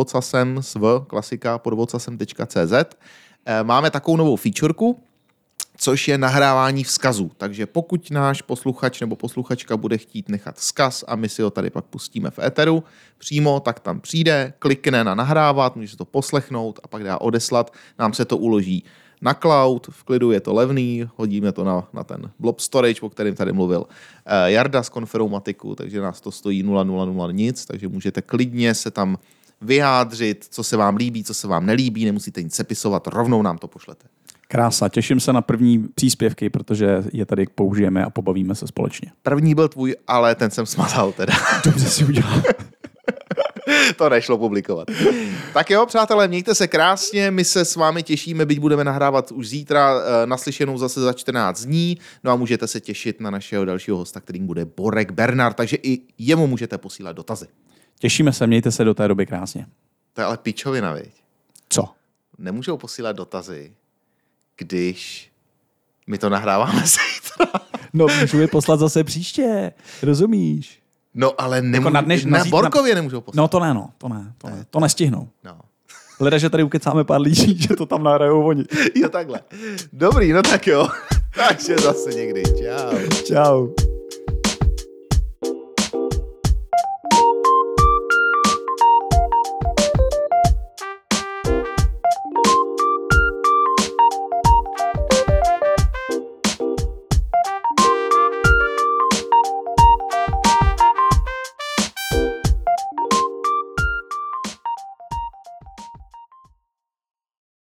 www.podvocasem.cz máme takovou novou featureku, což je nahrávání vzkazů. Takže pokud náš posluchač nebo posluchačka bude chtít nechat vzkaz a my si ho tady pak pustíme v éteru přímo, tak tam přijde, klikne na nahrávat, může to poslechnout a pak dá odeslat. Nám se to uloží na cloud, v klidu je to levný, hodíme to na ten blob storage, o kterém tady mluvil Jarda z Konferomatiku, takže nás to stojí 0,00 nic, takže můžete klidně se tam vyjádřit, co se vám líbí, co se vám nelíbí, nemusíte nic sepisovat, rovnou nám to pošlete. Krása, těším se na první příspěvky, protože je tady použijeme a pobavíme se společně. První byl tvůj, ale ten jsem smazal teda. Dobře si udělal. To nešlo publikovat. Tak jo, přátelé, mějte se krásně, my se s vámi těšíme, byť budeme nahrávat už zítra, naslyšenou zase za 14 dní, no a můžete se těšit na našeho dalšího hosta, kterým bude Borek Bernard, takže i jemu můžete posílat dotazy. Těšíme se, mějte se do té doby krásně. To je ale pičovina, viď? Co? Nemůžou posílat dotazy, když my to nahráváme zítra. No, můžu je poslat zase příště, rozumíš? No, ale Jako na Borkově nemůžou poslat. No to ne, to nestihnou. No. Leda, že tady ukecáme pár lidí, že to tam nahrajou oni. Jo, takhle. Dobrý, no tak jo. Takže zase někdy. Čau. Čau.